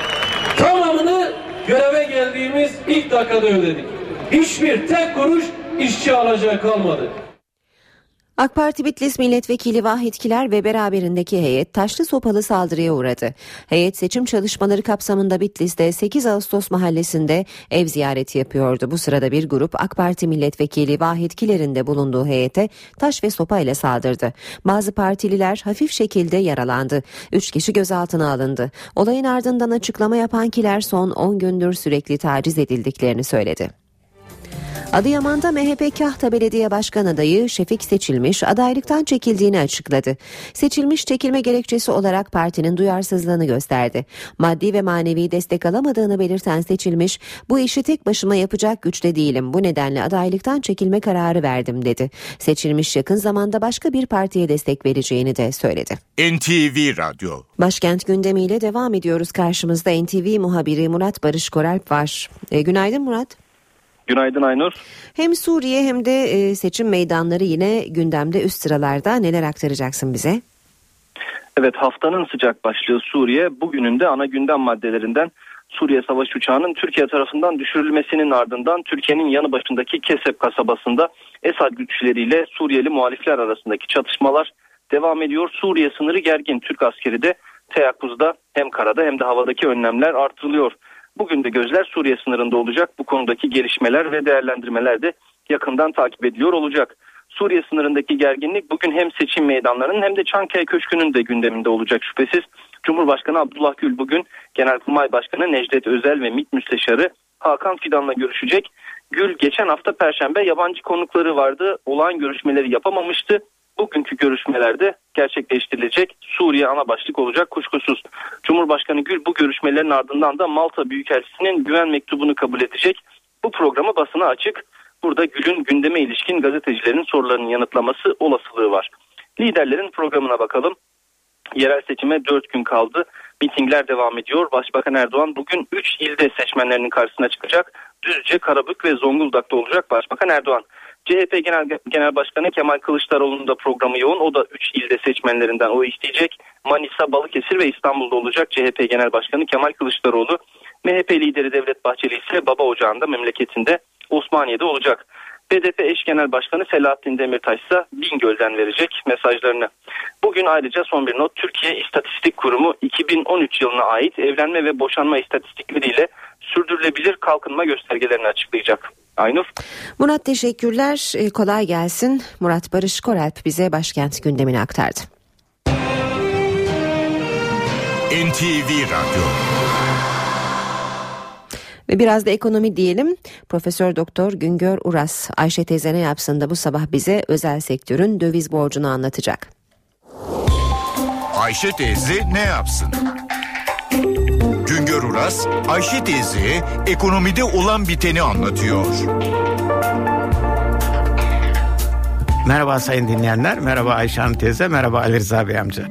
Speaker 13: Tamamını göreve geldiğimiz ilk dakikada ödedik. Hiçbir tek kuruş işçi alacağı kalmadı.
Speaker 2: AK Parti Bitlis Milletvekili Vahit Kiler ve beraberindeki heyet taşlı sopalı saldırıya uğradı. Heyet seçim çalışmaları kapsamında Bitlis'te sekiz Ağustos mahallesinde ev ziyareti yapıyordu. Bu sırada bir grup AK Parti Milletvekili Vahit Kiler'in de bulunduğu heyete taş ve sopa ile saldırdı. Bazı partililer hafif şekilde yaralandı. Üç kişi gözaltına alındı. Olayın ardından açıklama yapan Kiler son on gündür sürekli taciz edildiklerini söyledi. Adıyaman'da M H P Kahta Belediye Başkan adayı Şefik Seçilmiş adaylıktan çekildiğini açıkladı. Seçilmiş çekilme gerekçesi olarak partinin duyarsızlığını gösterdi. Maddi ve manevi destek alamadığını belirten Seçilmiş, bu işi tek başıma yapacak güçte değilim. Bu nedenle adaylıktan çekilme kararı verdim dedi. Seçilmiş yakın zamanda başka bir partiye destek vereceğini de söyledi.
Speaker 9: N T V Radyo.
Speaker 2: Başkent gündemiyle devam ediyoruz. Karşımızda N T V muhabiri Murat Barış Koralp var. E, günaydın Murat.
Speaker 14: Günaydın Aynur.
Speaker 2: Hem Suriye hem de seçim meydanları yine gündemde üst sıralarda. Neler aktaracaksın bize?
Speaker 14: Evet, haftanın sıcak başlığı Suriye. Bugünün de ana gündem maddelerinden Suriye savaş uçağının Türkiye tarafından düşürülmesinin ardından Türkiye'nin yanı başındaki Kesep kasabasında Esad güçleriyle Suriyeli muhalifler arasındaki çatışmalar devam ediyor. Suriye sınırı gergin. Türk askeri de teyakkuzda hem karada hem de havadaki önlemler artırılıyor. Bugün de gözler Suriye sınırında olacak. Bu konudaki gelişmeler ve değerlendirmeler de yakından takip ediliyor olacak. Suriye sınırındaki gerginlik bugün hem seçim meydanlarının hem de Çankaya Köşkü'nün de gündeminde olacak şüphesiz. Cumhurbaşkanı Abdullah Gül bugün Genelkurmay Başkanı Necdet Özel ve MİT Müsteşarı Hakan Fidan'la görüşecek. Gül geçen hafta Perşembe yabancı konukları vardı. Olağan görüşmeleri yapamamıştı. Bugünkü görüşmelerde gerçekleştirilecek. Suriye ana başlık olacak kuşkusuz. Cumhurbaşkanı Gül bu görüşmelerin ardından da Malta Büyükelçisi'nin güven mektubunu kabul edecek. Bu programı basına açık. Burada Gül'ün gündeme ilişkin gazetecilerin sorularını yanıtlaması olasılığı var. Liderlerin programına bakalım. Yerel seçime dört gün kaldı. Mitingler devam ediyor. Başbakan Erdoğan bugün üç ilde seçmenlerinin karşısına çıkacak. Düzce, Karabük ve Zonguldak'ta olacak Başbakan Erdoğan. C H P Genel, Genel Başkanı Kemal Kılıçdaroğlu'nun da programı yoğun. O da üç ilde seçmenlerinden oy isteyecek. Manisa, Balıkesir ve İstanbul'da olacak C H P Genel Başkanı Kemal Kılıçdaroğlu. M H P lideri Devlet Bahçeli ise baba ocağında memleketinde Osmaniye'de olacak. B D P eş genel başkanı Selahattin Demirtaş ise Bingöl'den verecek mesajlarını. Bugün ayrıca son bir not, Türkiye İstatistik Kurumu iki bin on üç yılına ait evlenme ve boşanma istatistikleriyle sürdürülebilir kalkınma göstergelerini açıklayacak. Aynur.
Speaker 2: Murat teşekkürler. Kolay gelsin. Murat Barış Koralp bize başkent gündemini aktardı.
Speaker 9: N T V Radyo.
Speaker 2: Ve biraz da ekonomi diyelim. Profesör Doktor Güngör Uras, Ayşe teyze ne yapsın da bu sabah bize özel sektörün döviz borcunu anlatacak.
Speaker 9: Ayşe teyze ne yapsın? Güngör Güngör Uras, Ayşe teyze ekonomide olan biteni anlatıyor.
Speaker 3: Merhaba sayın dinleyenler, merhaba Ayşe Hanım teyze, merhaba Ali Rıza Bey amca.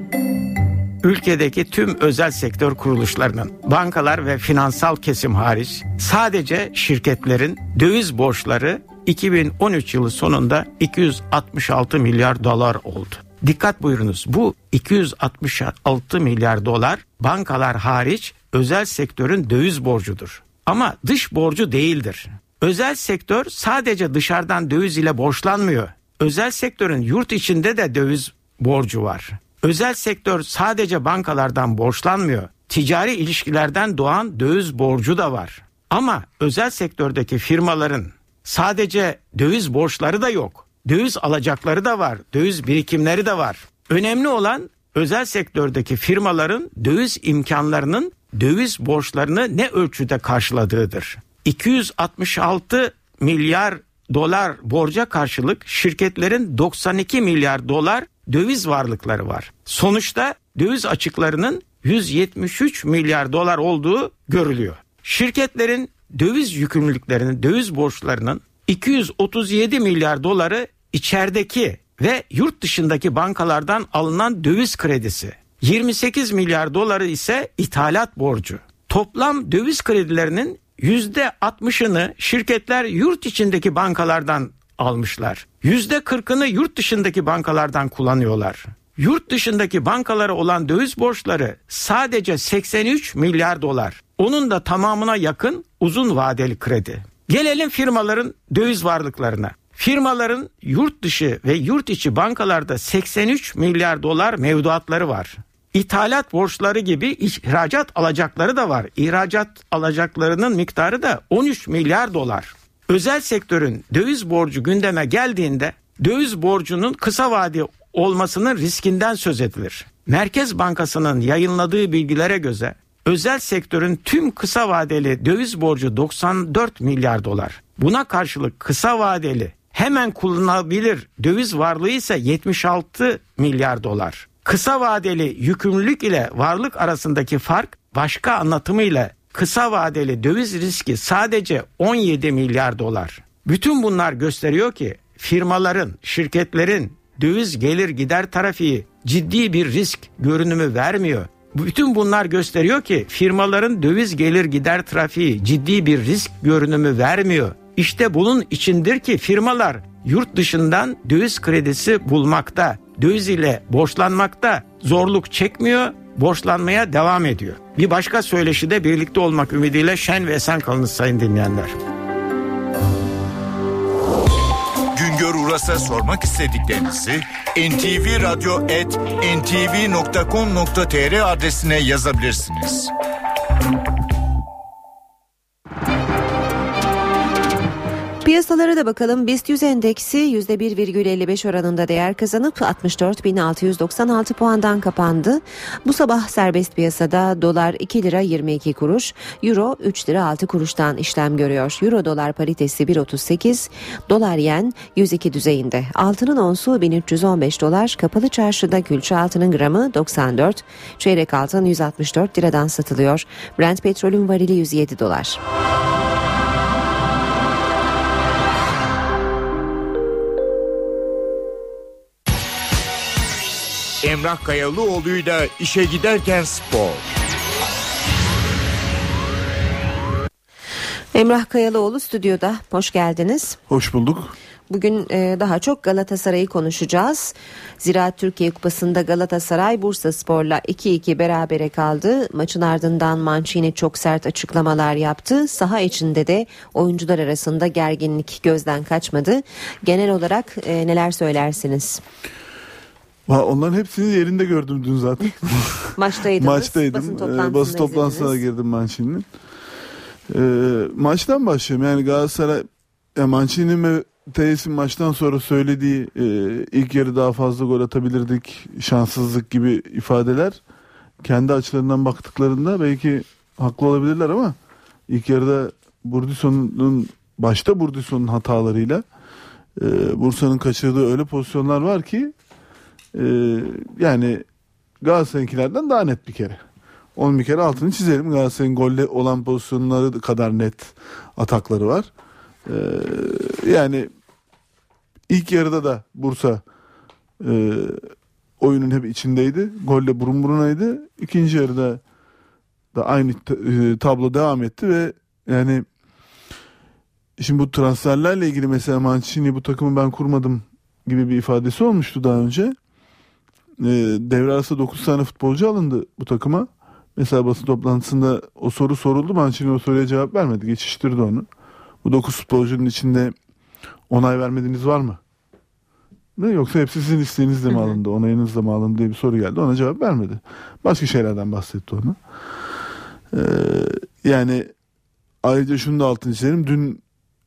Speaker 3: Ülkedeki tüm özel sektör kuruluşlarının, bankalar ve finansal kesim hariç sadece şirketlerin döviz borçları iki bin on üç yılı sonunda iki yüz altmış altı milyar dolar oldu. Dikkat buyurunuz, bu iki yüz altmış altı milyar dolar bankalar hariç özel sektörün döviz borcudur. Ama dış borcu değildir. Özel sektör sadece dışarıdan döviz ile borçlanmıyor. Özel sektörün yurt içinde de döviz borcu var. Özel sektör sadece bankalardan borçlanmıyor. Ticari ilişkilerden doğan döviz borcu da var. Ama özel sektördeki firmaların sadece döviz borçları da yok. Döviz alacakları da var. Döviz birikimleri de var. Önemli olan özel sektördeki firmaların döviz imkanlarının döviz borçlarını ne ölçüde karşıladığıdır. iki yüz altmış altı milyar dolar borca karşılık şirketlerin doksan iki milyar dolar döviz varlıkları var. Sonuçta döviz açıklarının yüz yetmiş üç milyar dolar olduğu görülüyor. Şirketlerin döviz yükümlülüklerinin, döviz borçlarının iki yüz otuz yedi milyar doları içerideki ve yurt dışındaki bankalardan alınan döviz kredisi. yirmi sekiz milyar doları ise ithalat borcu. Toplam döviz kredilerinin yüzde altmışını şirketler yurt içindeki bankalardan almışlar. yüzde kırkını yurt dışındaki bankalardan kullanıyorlar. Yurt dışındaki bankalara olan döviz borçları sadece seksen üç milyar dolar. Onun da tamamına yakın uzun vadeli kredi. Gelelim firmaların döviz varlıklarına. Firmaların yurt dışı ve yurt içi bankalarda seksen üç milyar dolar mevduatları var. İthalat borçları gibi ihracat alacakları da var. İhracat alacaklarının miktarı da on üç milyar dolar. Özel sektörün döviz borcu gündeme geldiğinde döviz borcunun kısa vade olmasının riskinden söz edilir. Merkez Bankası'nın yayınladığı bilgilere göre özel sektörün tüm kısa vadeli döviz borcu doksan dört milyar dolar. Buna karşılık kısa vadeli hemen kullanılabilir döviz varlığı ise yetmiş altı milyar dolar. Kısa vadeli yükümlülük ile varlık arasındaki fark başka anlatımıyla kısa vadeli döviz riski sadece on yedi milyar dolar. Bütün bunlar gösteriyor ki firmaların, şirketlerin döviz gelir gider trafiği ciddi bir risk görünümü vermiyor. Bütün bunlar gösteriyor ki firmaların döviz gelir gider trafiği ciddi bir risk görünümü vermiyor. İşte bunun içindir ki firmalar yurt dışından döviz kredisi bulmakta, döviz ile borçlanmakta zorluk çekmiyor, borçlanmaya devam ediyor. Bir başka söyleşide birlikte olmak ümidiyle şen ve esen kalınız sayın dinleyenler.
Speaker 9: Güngör Uras'a sormak istediklerinizi en ti vi radyo at en ti vi nokta com nokta tr adresine yazabilirsiniz.
Speaker 2: Piyasalara da bakalım. BIST yüz endeksi yüzde bir virgül elli beş oranında değer kazanıp altmış dört bin altı yüz doksan altı puandan kapandı. Bu sabah serbest piyasada dolar iki lira yirmi iki kuruş, euro üç lira altı kuruştan işlem görüyor. Euro dolar paritesi bir virgül otuz sekiz, dolar yen yüz iki düzeyinde. Altının onsu bin üç yüz on beş dolar, kapalı çarşıda külçe altının gramı doksan dört, çeyrek altın yüz altmış dört liradan satılıyor. Brent petrolün varili yüz yedi dolar.
Speaker 9: Emrah Kayalıoğlu'yla işe giderken spor.
Speaker 2: Emrah Kayalıoğlu stüdyoda. Hoş geldiniz.
Speaker 15: Hoş bulduk.
Speaker 2: Bugün e, daha çok Galatasaray'ı konuşacağız. Ziraat Türkiye Kupası'nda Galatasaray Bursaspor'la iki iki berabere kaldı. Maçın ardından Mancini çok sert açıklamalar yaptı. Saha içinde de oyuncular arasında gerginlik gözden kaçmadı. Genel olarak e, neler söylersiniz?
Speaker 15: Onların hepsini yerinde gördüm dün zaten.
Speaker 2: Maçtaydınız.
Speaker 15: Maçtaydım.
Speaker 2: Basın toplantısına,
Speaker 15: Basın toplantısına girdim Mancini'nin. E, maçtan başlayayım. Yani Galatasaray, ya Mancini ve Teis'in maçtan sonra söylediği e, ilk yarı daha fazla gol atabilirdik, şanssızlık gibi ifadeler kendi açılarından baktıklarında belki haklı olabilirler ama ilk yarıda Burdisson'un başta Burdisson'un hatalarıyla e, Bursa'nın kaçırdığı öyle pozisyonlar var ki e, yani Galatasaray'ınkilerden daha net bir kere. Onun bir kere altını çizelim. Galatasaray'ın golle olan pozisyonları kadar net atakları var. Ee, yani ilk yarıda da Bursa e, oyunun hep içindeydi. Golle burun burunaydı. İkinci yarıda da aynı t- e, tablo devam etti ve yani şimdi bu transferlerle ilgili mesela Mancini bu takımı ben kurmadım gibi bir ifadesi olmuştu daha önce. E, devre arası dokuz tane futbolcu alındı bu takıma. Mesela basın toplantısında o soru soruldu. Mancini o soruya cevap vermedi. Geçiştirdi onu. Bu dokuz futbolcunun içinde onay vermediğiniz var mı? Ne, yoksa hepsi sizin isteğinizle mi alındı, onayınızla mı alındı diye bir soru geldi. Ona cevap vermedi. Başka şeylerden bahsetti ona. Ee, yani ayrıca şunu da altını çizelim. Dün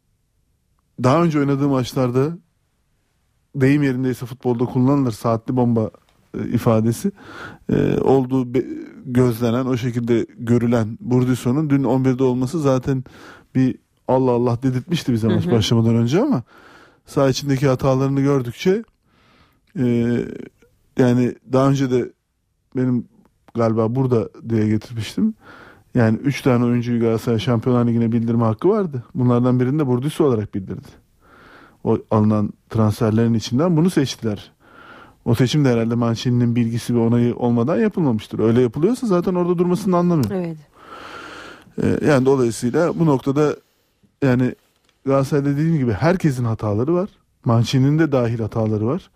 Speaker 15: daha önce oynadığı maçlarda deyim yerindeyse futbolda kullanılır saatli bomba e, ifadesi e, olduğu be, gözlenen, o şekilde görülen Burdisso'nun dün on birde olması zaten bir Allah Allah dedirtmişti bize maç başlamadan önce ama saha içindeki hatalarını gördükçe e, yani daha önce de benim galiba burada diye getirmiştim. Yani üç tane oyuncuyu Galatasaray Şampiyonlar Ligi'ne bildirme hakkı vardı. Bunlardan birini de Burdisso olarak bildirdi. O alınan transferlerin içinden bunu seçtiler. O seçim de herhalde Mancini'nin bilgisi ve onayı olmadan yapılmamıştır. Öyle yapılıyorsa zaten orada durmasının anlamı yok.
Speaker 2: Evet.
Speaker 15: Ee, yani dolayısıyla bu noktada yani Galatasaray'da dediğim gibi herkesin hataları var. Mancini'nin de dahil hataları var.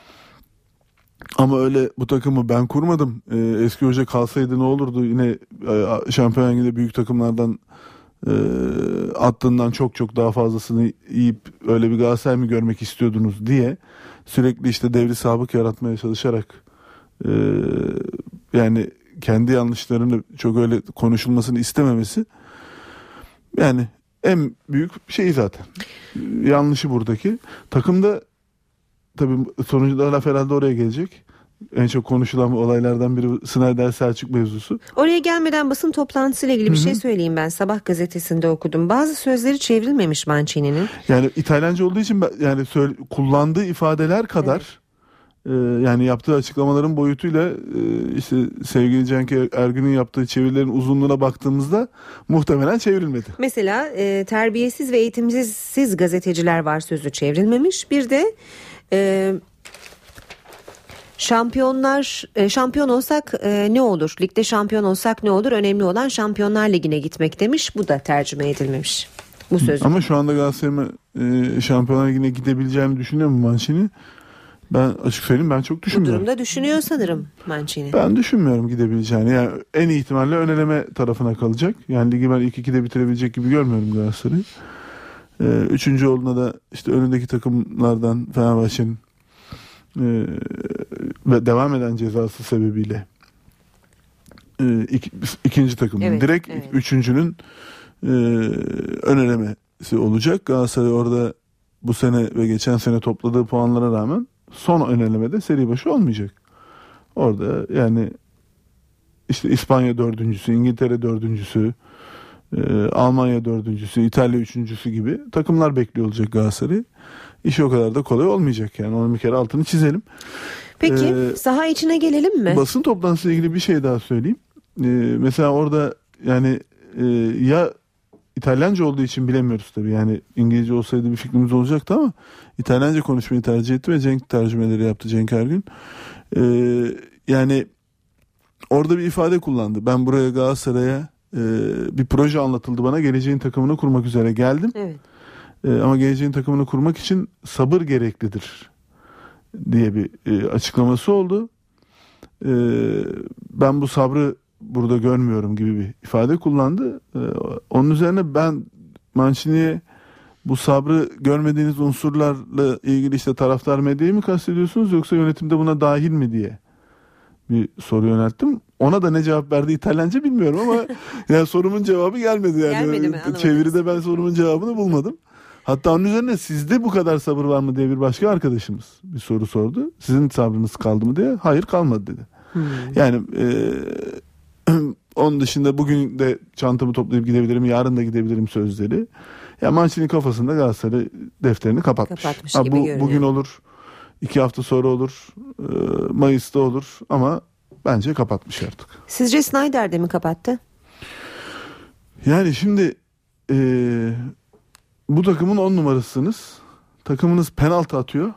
Speaker 15: Ama öyle bu takımı ben kurmadım. Ee, eski hoca kalsaydı ne olurdu? Yine e, Şampiyonlar Ligi'nde büyük takımlardan e, attığından çok çok daha fazlasını yiyip öyle bir Galatasaray mı görmek istiyordunuz diye sürekli işte devri sabık yaratmaya çalışarak e, yani kendi yanlışlarını çok öyle konuşulmasını istememesi yani en büyük şey zaten. Yanlışı buradaki. Takımda tabii sonuçta laf herhalde oraya gelecek. En çok konuşulan olaylardan biri Snyder Selçuk mevzusu.
Speaker 2: Oraya gelmeden basın toplantısıyla ilgili bir Hı-hı. şey söyleyeyim ben. Sabah gazetesinde okudum. Bazı sözleri çevrilmemiş Mancini'nin.
Speaker 15: Yani İtalyanca olduğu için yani söyle, kullandığı ifadeler kadar evet. e, yani yaptığı açıklamaların boyutuyla e, işte sevgili Cenk Ergün'ün yaptığı çevirilerin uzunluğuna baktığımızda muhtemelen çevrilmedi.
Speaker 2: Mesela e, terbiyesiz ve eğitimsiz gazeteciler var sözü çevrilmemiş. Bir de e, Şampiyonlar şampiyon olsak e, ne olur? Ligde şampiyon olsak ne olur? Önemli olan Şampiyonlar Ligi'ne gitmek demiş. Bu da tercüme edilmemiş. Bu söz.
Speaker 15: Ama şu anda Galatasaray'ın e, Şampiyonlar Ligi'ne gidebileceğini düşünüyor mu Mancini? Ben açık söyleyeyim ben çok düşünmüyorum.
Speaker 2: Bu durumda düşünüyor sanırım Mancini.
Speaker 15: Ben düşünmüyorum gidebileceğini. Yani en iyi ihtimalle ön eleme tarafına kalacak. Yani ligi ben ilk ikide bitirebilecek gibi görmüyorum Galatasaray'ı. E, üçüncü olduğunda da işte önündeki takımlardan Fenerbahçe'nin Ee, ve devam eden cezası sebebiyle e, iki, ikinci takımın evet, direkt evet. üçüncünün e, ön elemesi olacak. Galatasaray orada bu sene ve geçen sene topladığı puanlara rağmen son ön elemede seri başı olmayacak. Orada yani işte İspanya dördüncüsü, İngiltere dördüncüsü, e, Almanya dördüncüsü, İtalya üçüncüsü gibi takımlar bekliyor olacak Galatasaray. İşi o kadar da kolay olmayacak yani. Onu bir kere altını çizelim.
Speaker 2: Peki ee, saha içine gelelim mi?
Speaker 15: Basın toplantısıyla ilgili bir şey daha söyleyeyim. Ee, mesela orada yani e, ya İtalyanca olduğu için bilemiyoruz tabii. Yani İngilizce olsaydı bir fikrimiz olacaktı ama İtalyanca konuşmayı tercih etti ve Cenk tercümeleri yaptı Cenk Ergün. Ee, yani orada bir ifade kullandı. Ben buraya Galatasaray'a e, bir proje anlatıldı bana. Geleceğin takımını kurmak üzere geldim.
Speaker 2: Evet.
Speaker 15: Ee, ama geleceğin takımını kurmak için sabır gereklidir diye bir e, açıklaması oldu. Ee, ben bu sabrı burada görmüyorum gibi bir ifade kullandı. Ee, onun üzerine ben Mancini'ye bu sabrı görmediğiniz unsurlarla ilgili işte taraftar medyayı mı kastediyorsunuz yoksa yönetimde buna dahil mi diye bir soru yönelttim. Ona da ne cevap verdi İtalyanca bilmiyorum ama yani sorumun cevabı gelmedi yani.
Speaker 2: Gelmedi mi?
Speaker 15: Çeviride ben sorumun cevabını bulmadım. Hatta onun üzerine sizde bu kadar sabır var mı diye bir başka arkadaşımız bir soru sordu. Sizin sabrınız kaldı mı diye. Hayır kalmadı dedi. Hmm. Yani e, onun dışında bugün de çantamı toplayıp gidebilirim, yarın da gidebilirim sözleri. Ya Mancini kafasında Galatasaray defterini kapatmış.
Speaker 2: Kapatmış
Speaker 15: ha,
Speaker 2: gibi
Speaker 15: bu,
Speaker 2: görünüyor.
Speaker 15: Bugün olur, iki hafta sonra olur, e, Mayıs'ta olur ama bence kapatmış artık.
Speaker 2: Sizce Snyder de mi kapattı?
Speaker 15: Yani şimdi e, bu takımın on numarasısınız. Takımınız penaltı atıyor.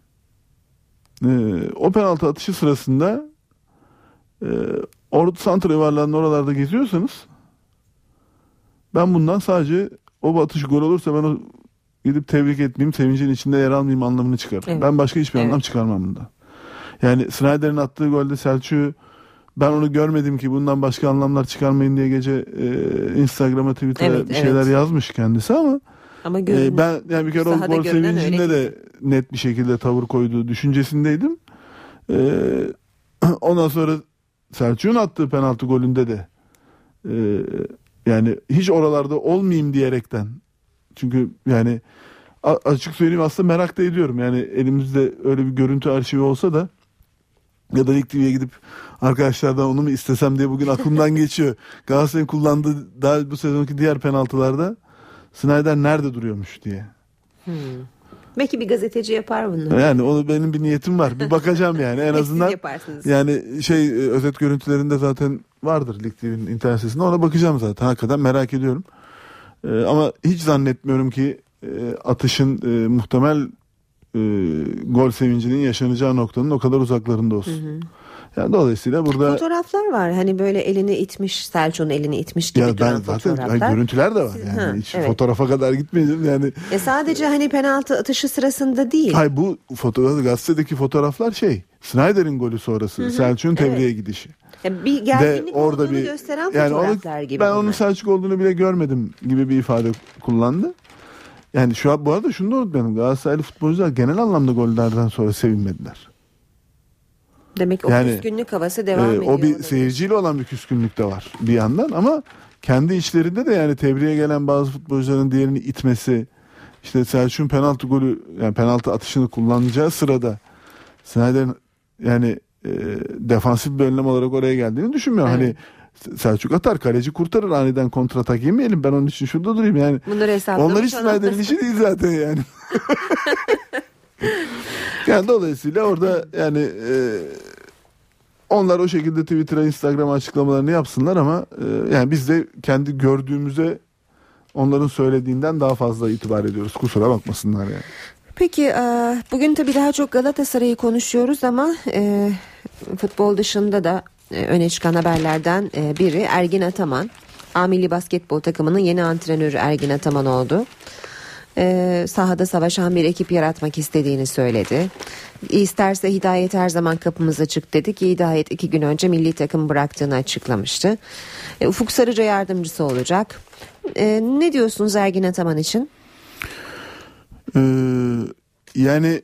Speaker 15: E, o penaltı atışı sırasında e, or, santra yuvarlarının oralarda geziyorsanız ben bundan sadece o atış gol olursa ben o gidip tebrik etmeyeyim, sevincin içinde yer almayayım anlamını çıkarım. Evet. Ben başka hiçbir evet. anlam çıkarmam bundan. Yani Snyder'in attığı golde Selçuk'u ben onu görmedim ki bundan başka anlamlar çıkarmayın diye gece e, Instagram'a, Twitter'a evet, bir şeyler evet. yazmış kendisi ama, ama e, ben yani bir kere o gol sevincinde de net bir şekilde tavır koyduğu düşüncesindeydim. E, ondan sonra Selçuk'un attığı penaltı golünde de e, yani hiç oralarda olmayayım diyerekten, çünkü yani açık söyleyeyim aslında merak da ediyorum. Yani elimizde öyle bir görüntü arşivi olsa da ya da Lig T V'ye gidip arkadaşlardan onu mu istesem diye bugün aklımdan geçiyor. Galatasaray'ın kullandığı daha bu sezonki diğer penaltılarda Snyder nerede duruyormuş diye.
Speaker 2: Hmm. Belki bir gazeteci yapar bunu.
Speaker 15: Yani onu benim bir niyetim var. Bir bakacağım yani en azından. Yani şey özet görüntülerinde zaten vardır Lig T V'nin internet sitesinde. Ona bakacağım zaten. Hakikaten merak ediyorum. Ee, ama hiç zannetmiyorum ki e, atışın e, muhtemel e, gol sevincinin yaşanacağı noktanın o kadar uzaklarında olsun. Hı hı. Yani dolayısıyla burada
Speaker 2: fotoğraflar var. Hani böyle elini itmiş, Selçuk'un elini itmiş gibi ya duran zaten, fotoğraflar.
Speaker 15: Yani görüntüler de var. Yani ha, hiç evet. fotoğrafa kadar gitmeyeceğim yani.
Speaker 2: E sadece hani penaltı atışı sırasında değil.
Speaker 15: Hayır, bu fotoğraf, gazetedeki fotoğraflar şey, Snyder'in golü sonrası, Selçuk'un tebriğe evet. gidişi.
Speaker 2: Ya bir gerginlik orada olduğunu bir, gösteren yani fotoğraflar
Speaker 15: onu,
Speaker 2: gibi.
Speaker 15: Ben
Speaker 2: bunlar.
Speaker 15: onun Selçuk olduğunu bile görmedim gibi bir ifade kullandı. Yani şu an bu arada şunu da unutmayalım. Galatasaraylı futbolcular genel anlamda gollerden sonra sevinmediler.
Speaker 2: Demek o yani, küskünlük havası devam e, ediyor.
Speaker 15: O bir olabilir. Seyirciyle olan bir küskünlük de var bir yandan ama kendi içlerinde de yani tebriğe gelen bazı futbolcuların diğerini itmesi, işte Selçuk'un penaltı golü, yani penaltı atışını kullanacağı sırada Snyder'in yani e, defansif bir önlem olarak oraya geldiğini düşünmüyorum. Evet. Hani Selçuk atar, kaleci kurtarır, aniden kontratak yemeyelim, ben onun için şurada durayım yani. Onlar hiç Snyder'in işi değil zaten yani. Yani dolayısıyla orada yani e, onlar o şekilde Twitter'a, Instagram'a açıklamalarını yapsınlar ama e, yani biz de kendi gördüğümüze onların söylediğinden daha fazla itibar ediyoruz. Kusura bakmasınlar yani.
Speaker 2: Peki e, bugün tabii daha çok Galatasaray'ı konuşuyoruz ama e, futbol dışında da e, öne çıkan haberlerden e, biri Ergin Ataman. A Milli Basketbol takımının yeni antrenörü Ergin Ataman oldu. Ee, sahada savaşan bir ekip yaratmak istediğini söyledi. İsterse Hidayet her zaman kapımız açık dedi ki Hidayet iki gün önce milli takım bıraktığını açıklamıştı. Ee, Ufuk Sarıca yardımcısı olacak. Ee, ne diyorsunuz Ergin Ataman için?
Speaker 15: Ee, yani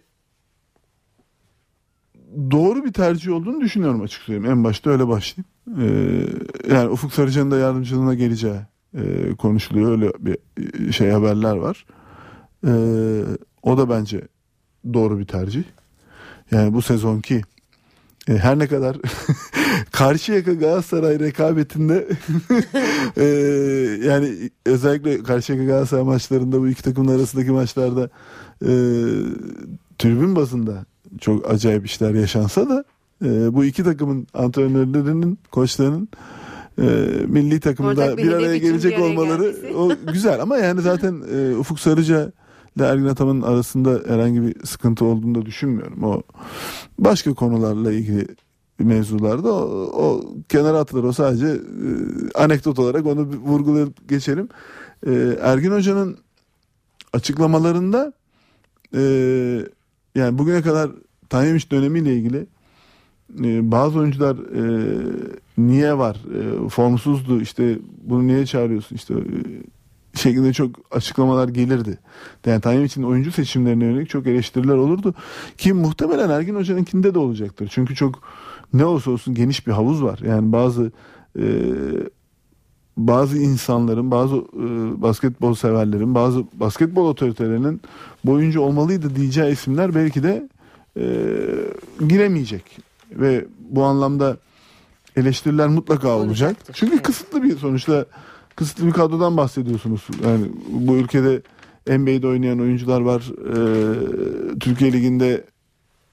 Speaker 15: doğru bir tercih olduğunu düşünüyorum açık söyleyeyim. En başta öyle başlayayım. Ee, yani Ufuk Sarıca'nın da yardımcılığına geleceği e, konuşuluyor. Öyle bir şey haberler var. Ee, o da bence doğru bir tercih. Yani bu sezonki e, her ne kadar Karşıyaka Galatasaray rekabetinde e, yani özellikle Karşıyaka Galatasaray maçlarında, bu iki takımın arasındaki maçlarda e, tribün bazında çok acayip işler yaşansa da e, bu iki takımın antrenörlerinin, koçlarının e, milli takımda bir araya gelecek olmaları gelmesi. O güzel ama yani zaten e, Ufuk Sarıca ile Ergin Ataman'ın arasında herhangi bir sıkıntı olduğunu da düşünmüyorum. O başka konularla ilgili mevzularda o, o kenara atılır. O sadece e, anekdot olarak onu vurgulayıp geçelim. E, Ergin Hoca'nın açıklamalarında e, yani bugüne kadar Tanyemiş dönemiyle ilgili e, bazı oyuncular e, niye var, e, formsuzdu, işte bunu niye çağırıyorsun, işte e, şeklinde çok açıklamalar gelirdi. Yani Tanyemiş'in oyuncu seçimlerine yönelik çok eleştiriler olurdu. Ki muhtemelen Ergin Hoca'nınkinde de olacaktır. Çünkü çok ne olursa olsun geniş bir havuz var. Yani bazı e, bazı insanların, bazı e, basketbol severlerin, bazı basketbol otoritelerinin bu oyuncu olmalıydı diyeceği isimler belki de e, giremeyecek. Ve bu anlamda eleştiriler mutlaka olacak. Çünkü evet. kısıtlı bir sonuçta kısıtlı bir kadrodan bahsediyorsunuz. Yani bu ülkede N B A'de oynayan oyuncular var. Ee, Türkiye Ligi'nde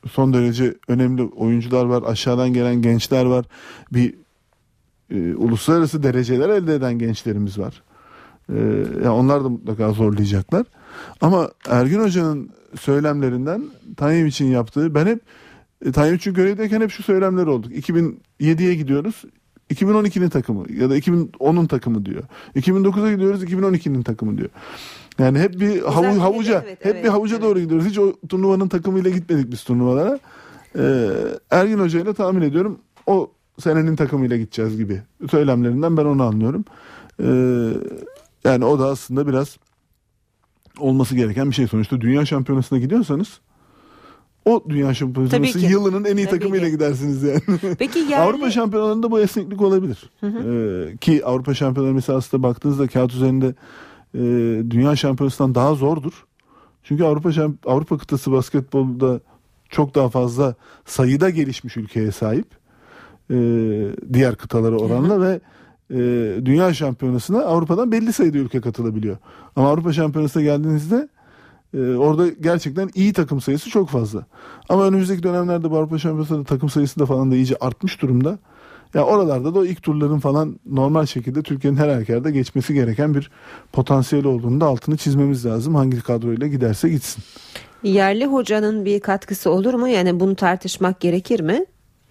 Speaker 15: son derece önemli oyuncular var. Aşağıdan gelen gençler var. Bir e, uluslararası dereceler elde eden gençlerimiz var. E, yani onlar da mutlaka zorlayacaklar. Ama Ergin Hoca'nın söylemlerinden Tayyip için yaptığı, ben hep e, Tayyip için görevdeyken hep şu söylemler olduk. iki bin yediye gidiyoruz. iki bin on ikinin takımı ya da iki bin onun takımı diyor. iki bin dokuza gidiyoruz, iki bin on ikinin takımı diyor. Yani hep bir havu, havuca, evet, hep evet, bir havuca evet. doğru gidiyoruz. Hiç o turnuvanın takımıyla gitmedik biz turnuvalara. Ee, Ergin Hoca ile tahmin ediyorum o senenin takımıyla gideceğiz gibi söylemlerinden ben onu anlıyorum. Ee, yani o da aslında biraz olması gereken bir şey. Sonuçta dünya şampiyonasına gidiyorsanız o dünya şampiyonası yılının en iyi Tabii takımıyla ki. gidersiniz yani. Peki yerli... Avrupa şampiyonalarında bu esneklik olabilir. Hı hı. Ee, ki Avrupa şampiyonaları mesela aslında baktığınızda kağıt üzerinde e, dünya şampiyonasından daha zordur. Çünkü Avrupa şamp- Avrupa kıtası basketbolda çok daha fazla sayıda gelişmiş ülkeye sahip. Ee, diğer kıtalara oranla hı hı. ve e, dünya şampiyonasına Avrupa'dan belli sayıda ülke katılabiliyor. Ama Avrupa şampiyonasına geldiğinizde Ee, orada gerçekten iyi takım sayısı çok fazla. Ama önümüzdeki dönemlerde bu Avrupa Şampiyonası'nda takım sayısı da falan da iyice artmış durumda. Ya yani oralarda da o ilk turların falan normal şekilde Türkiye'nin her halükarda geçmesi gereken bir potansiyeli olduğunu da altını çizmemiz lazım. Hangi kadroyla giderse gitsin.
Speaker 2: Yerli hocanın bir katkısı olur mu? Yani bunu tartışmak gerekir mi?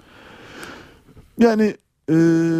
Speaker 15: Yani e,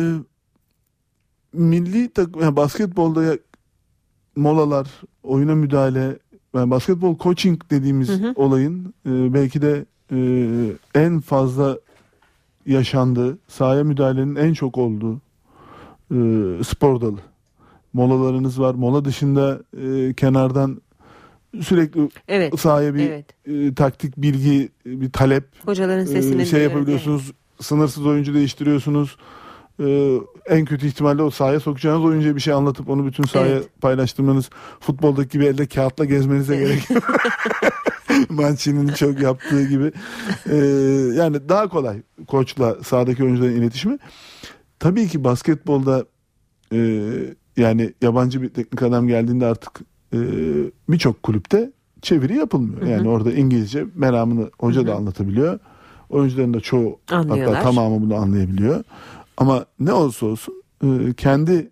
Speaker 15: milli takım, yani basketbolda ya, molalar, oyuna müdahale, yani basketbol coaching dediğimiz hı hı. olayın e, belki de e, en fazla yaşandığı, sahaya müdahalenin en çok olduğu e, spor dalı. Molalarınız var. Mola dışında e, kenardan sürekli evet. sahaya bir evet. e, taktik bilgi, bir talep.
Speaker 2: Hocaların sesini
Speaker 15: e, şey yapabiliyorsunuz. Evet. Sınırsız oyuncu değiştiriyorsunuz. Ee, en kötü ihtimalle o sahaya sokacağınız oyuncuya bir şey anlatıp onu bütün sahaya evet. paylaştırmanız, futboldaki gibi elde kağıtla gezmenize gerek yok. Mancini'nin çok yaptığı gibi. Ee, yani daha kolay koçla sahadaki oyuncuların iletişimi. Tabii ki basketbolda e, yani yabancı bir teknik adam geldiğinde artık e, birçok kulüpte çeviri yapılmıyor. Yani hı hı. orada İngilizce meramını hoca hı hı. da anlatabiliyor. Oyuncuların da çoğu hatta tamamı bunu anlayabiliyor. Ama ne olursa olsun kendi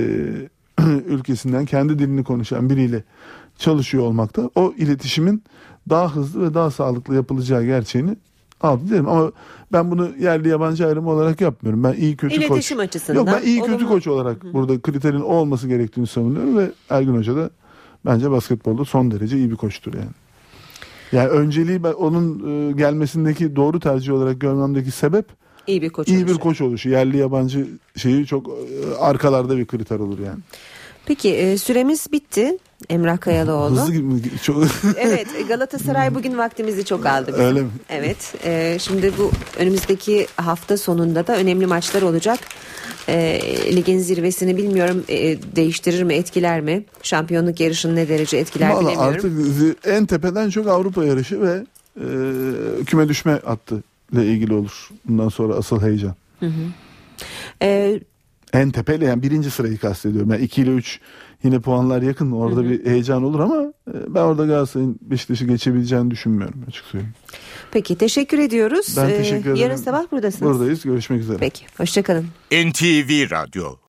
Speaker 15: ülkesinden kendi dilini konuşan biriyle çalışıyor olmakta o iletişimin daha hızlı ve daha sağlıklı yapılacağı gerçeğini aldı derim. Ama ben bunu yerli yabancı ayrımı olarak yapmıyorum. Ben iyi kötü
Speaker 2: İletişim
Speaker 15: koç.
Speaker 2: İletişim açısından.
Speaker 15: Yok, ben iyi kötü koç olarak Hı. burada kriterin o olması gerektiğini savunuyorum ve Ergin Hoca da bence basketbolda son derece iyi bir koçtur yani. Yani önceliği ben onun gelmesindeki doğru tercih olarak görmemdeki sebep
Speaker 2: İyi bir koç
Speaker 15: İyi
Speaker 2: oluşu.
Speaker 15: bir koç oluşu. Yerli yabancı şeyi çok arkalarda bir kriter olur yani.
Speaker 2: Peki süremiz bitti. Emrah Kayalıoğlu.
Speaker 15: Hızlı gibi çok.
Speaker 2: Evet, Galatasaray bugün vaktimizi çok aldı bizim.
Speaker 15: Öyle mi?
Speaker 2: Evet. E, şimdi bu önümüzdeki hafta sonunda da önemli maçlar olacak. E, ligin zirvesini bilmiyorum e, değiştirir mi, etkiler mi? Şampiyonluk yarışını ne derece etkiler Vallahi bilemiyorum.
Speaker 15: Artık en tepeden çok Avrupa yarışı ve e, küme düşme hattı ile ilgili olur. Bundan sonra asıl heyecan. Hı hı. Ee, en tepeyle yani birinci sırayı kastediyorum. Yani iki ile üç yine puanlar yakın. Orada hı hı. bir heyecan olur ama ben orada Galatasaray'ın Beşiktaş'ı geçebileceğini düşünmüyorum açık söyleyeyim.
Speaker 2: Peki teşekkür ediyoruz.
Speaker 15: Ben teşekkür ederim.
Speaker 2: Yarın sabah buradasınız.
Speaker 15: Buradayız. Görüşmek üzere.
Speaker 2: Peki hoşçakalın.
Speaker 9: N T V Radyo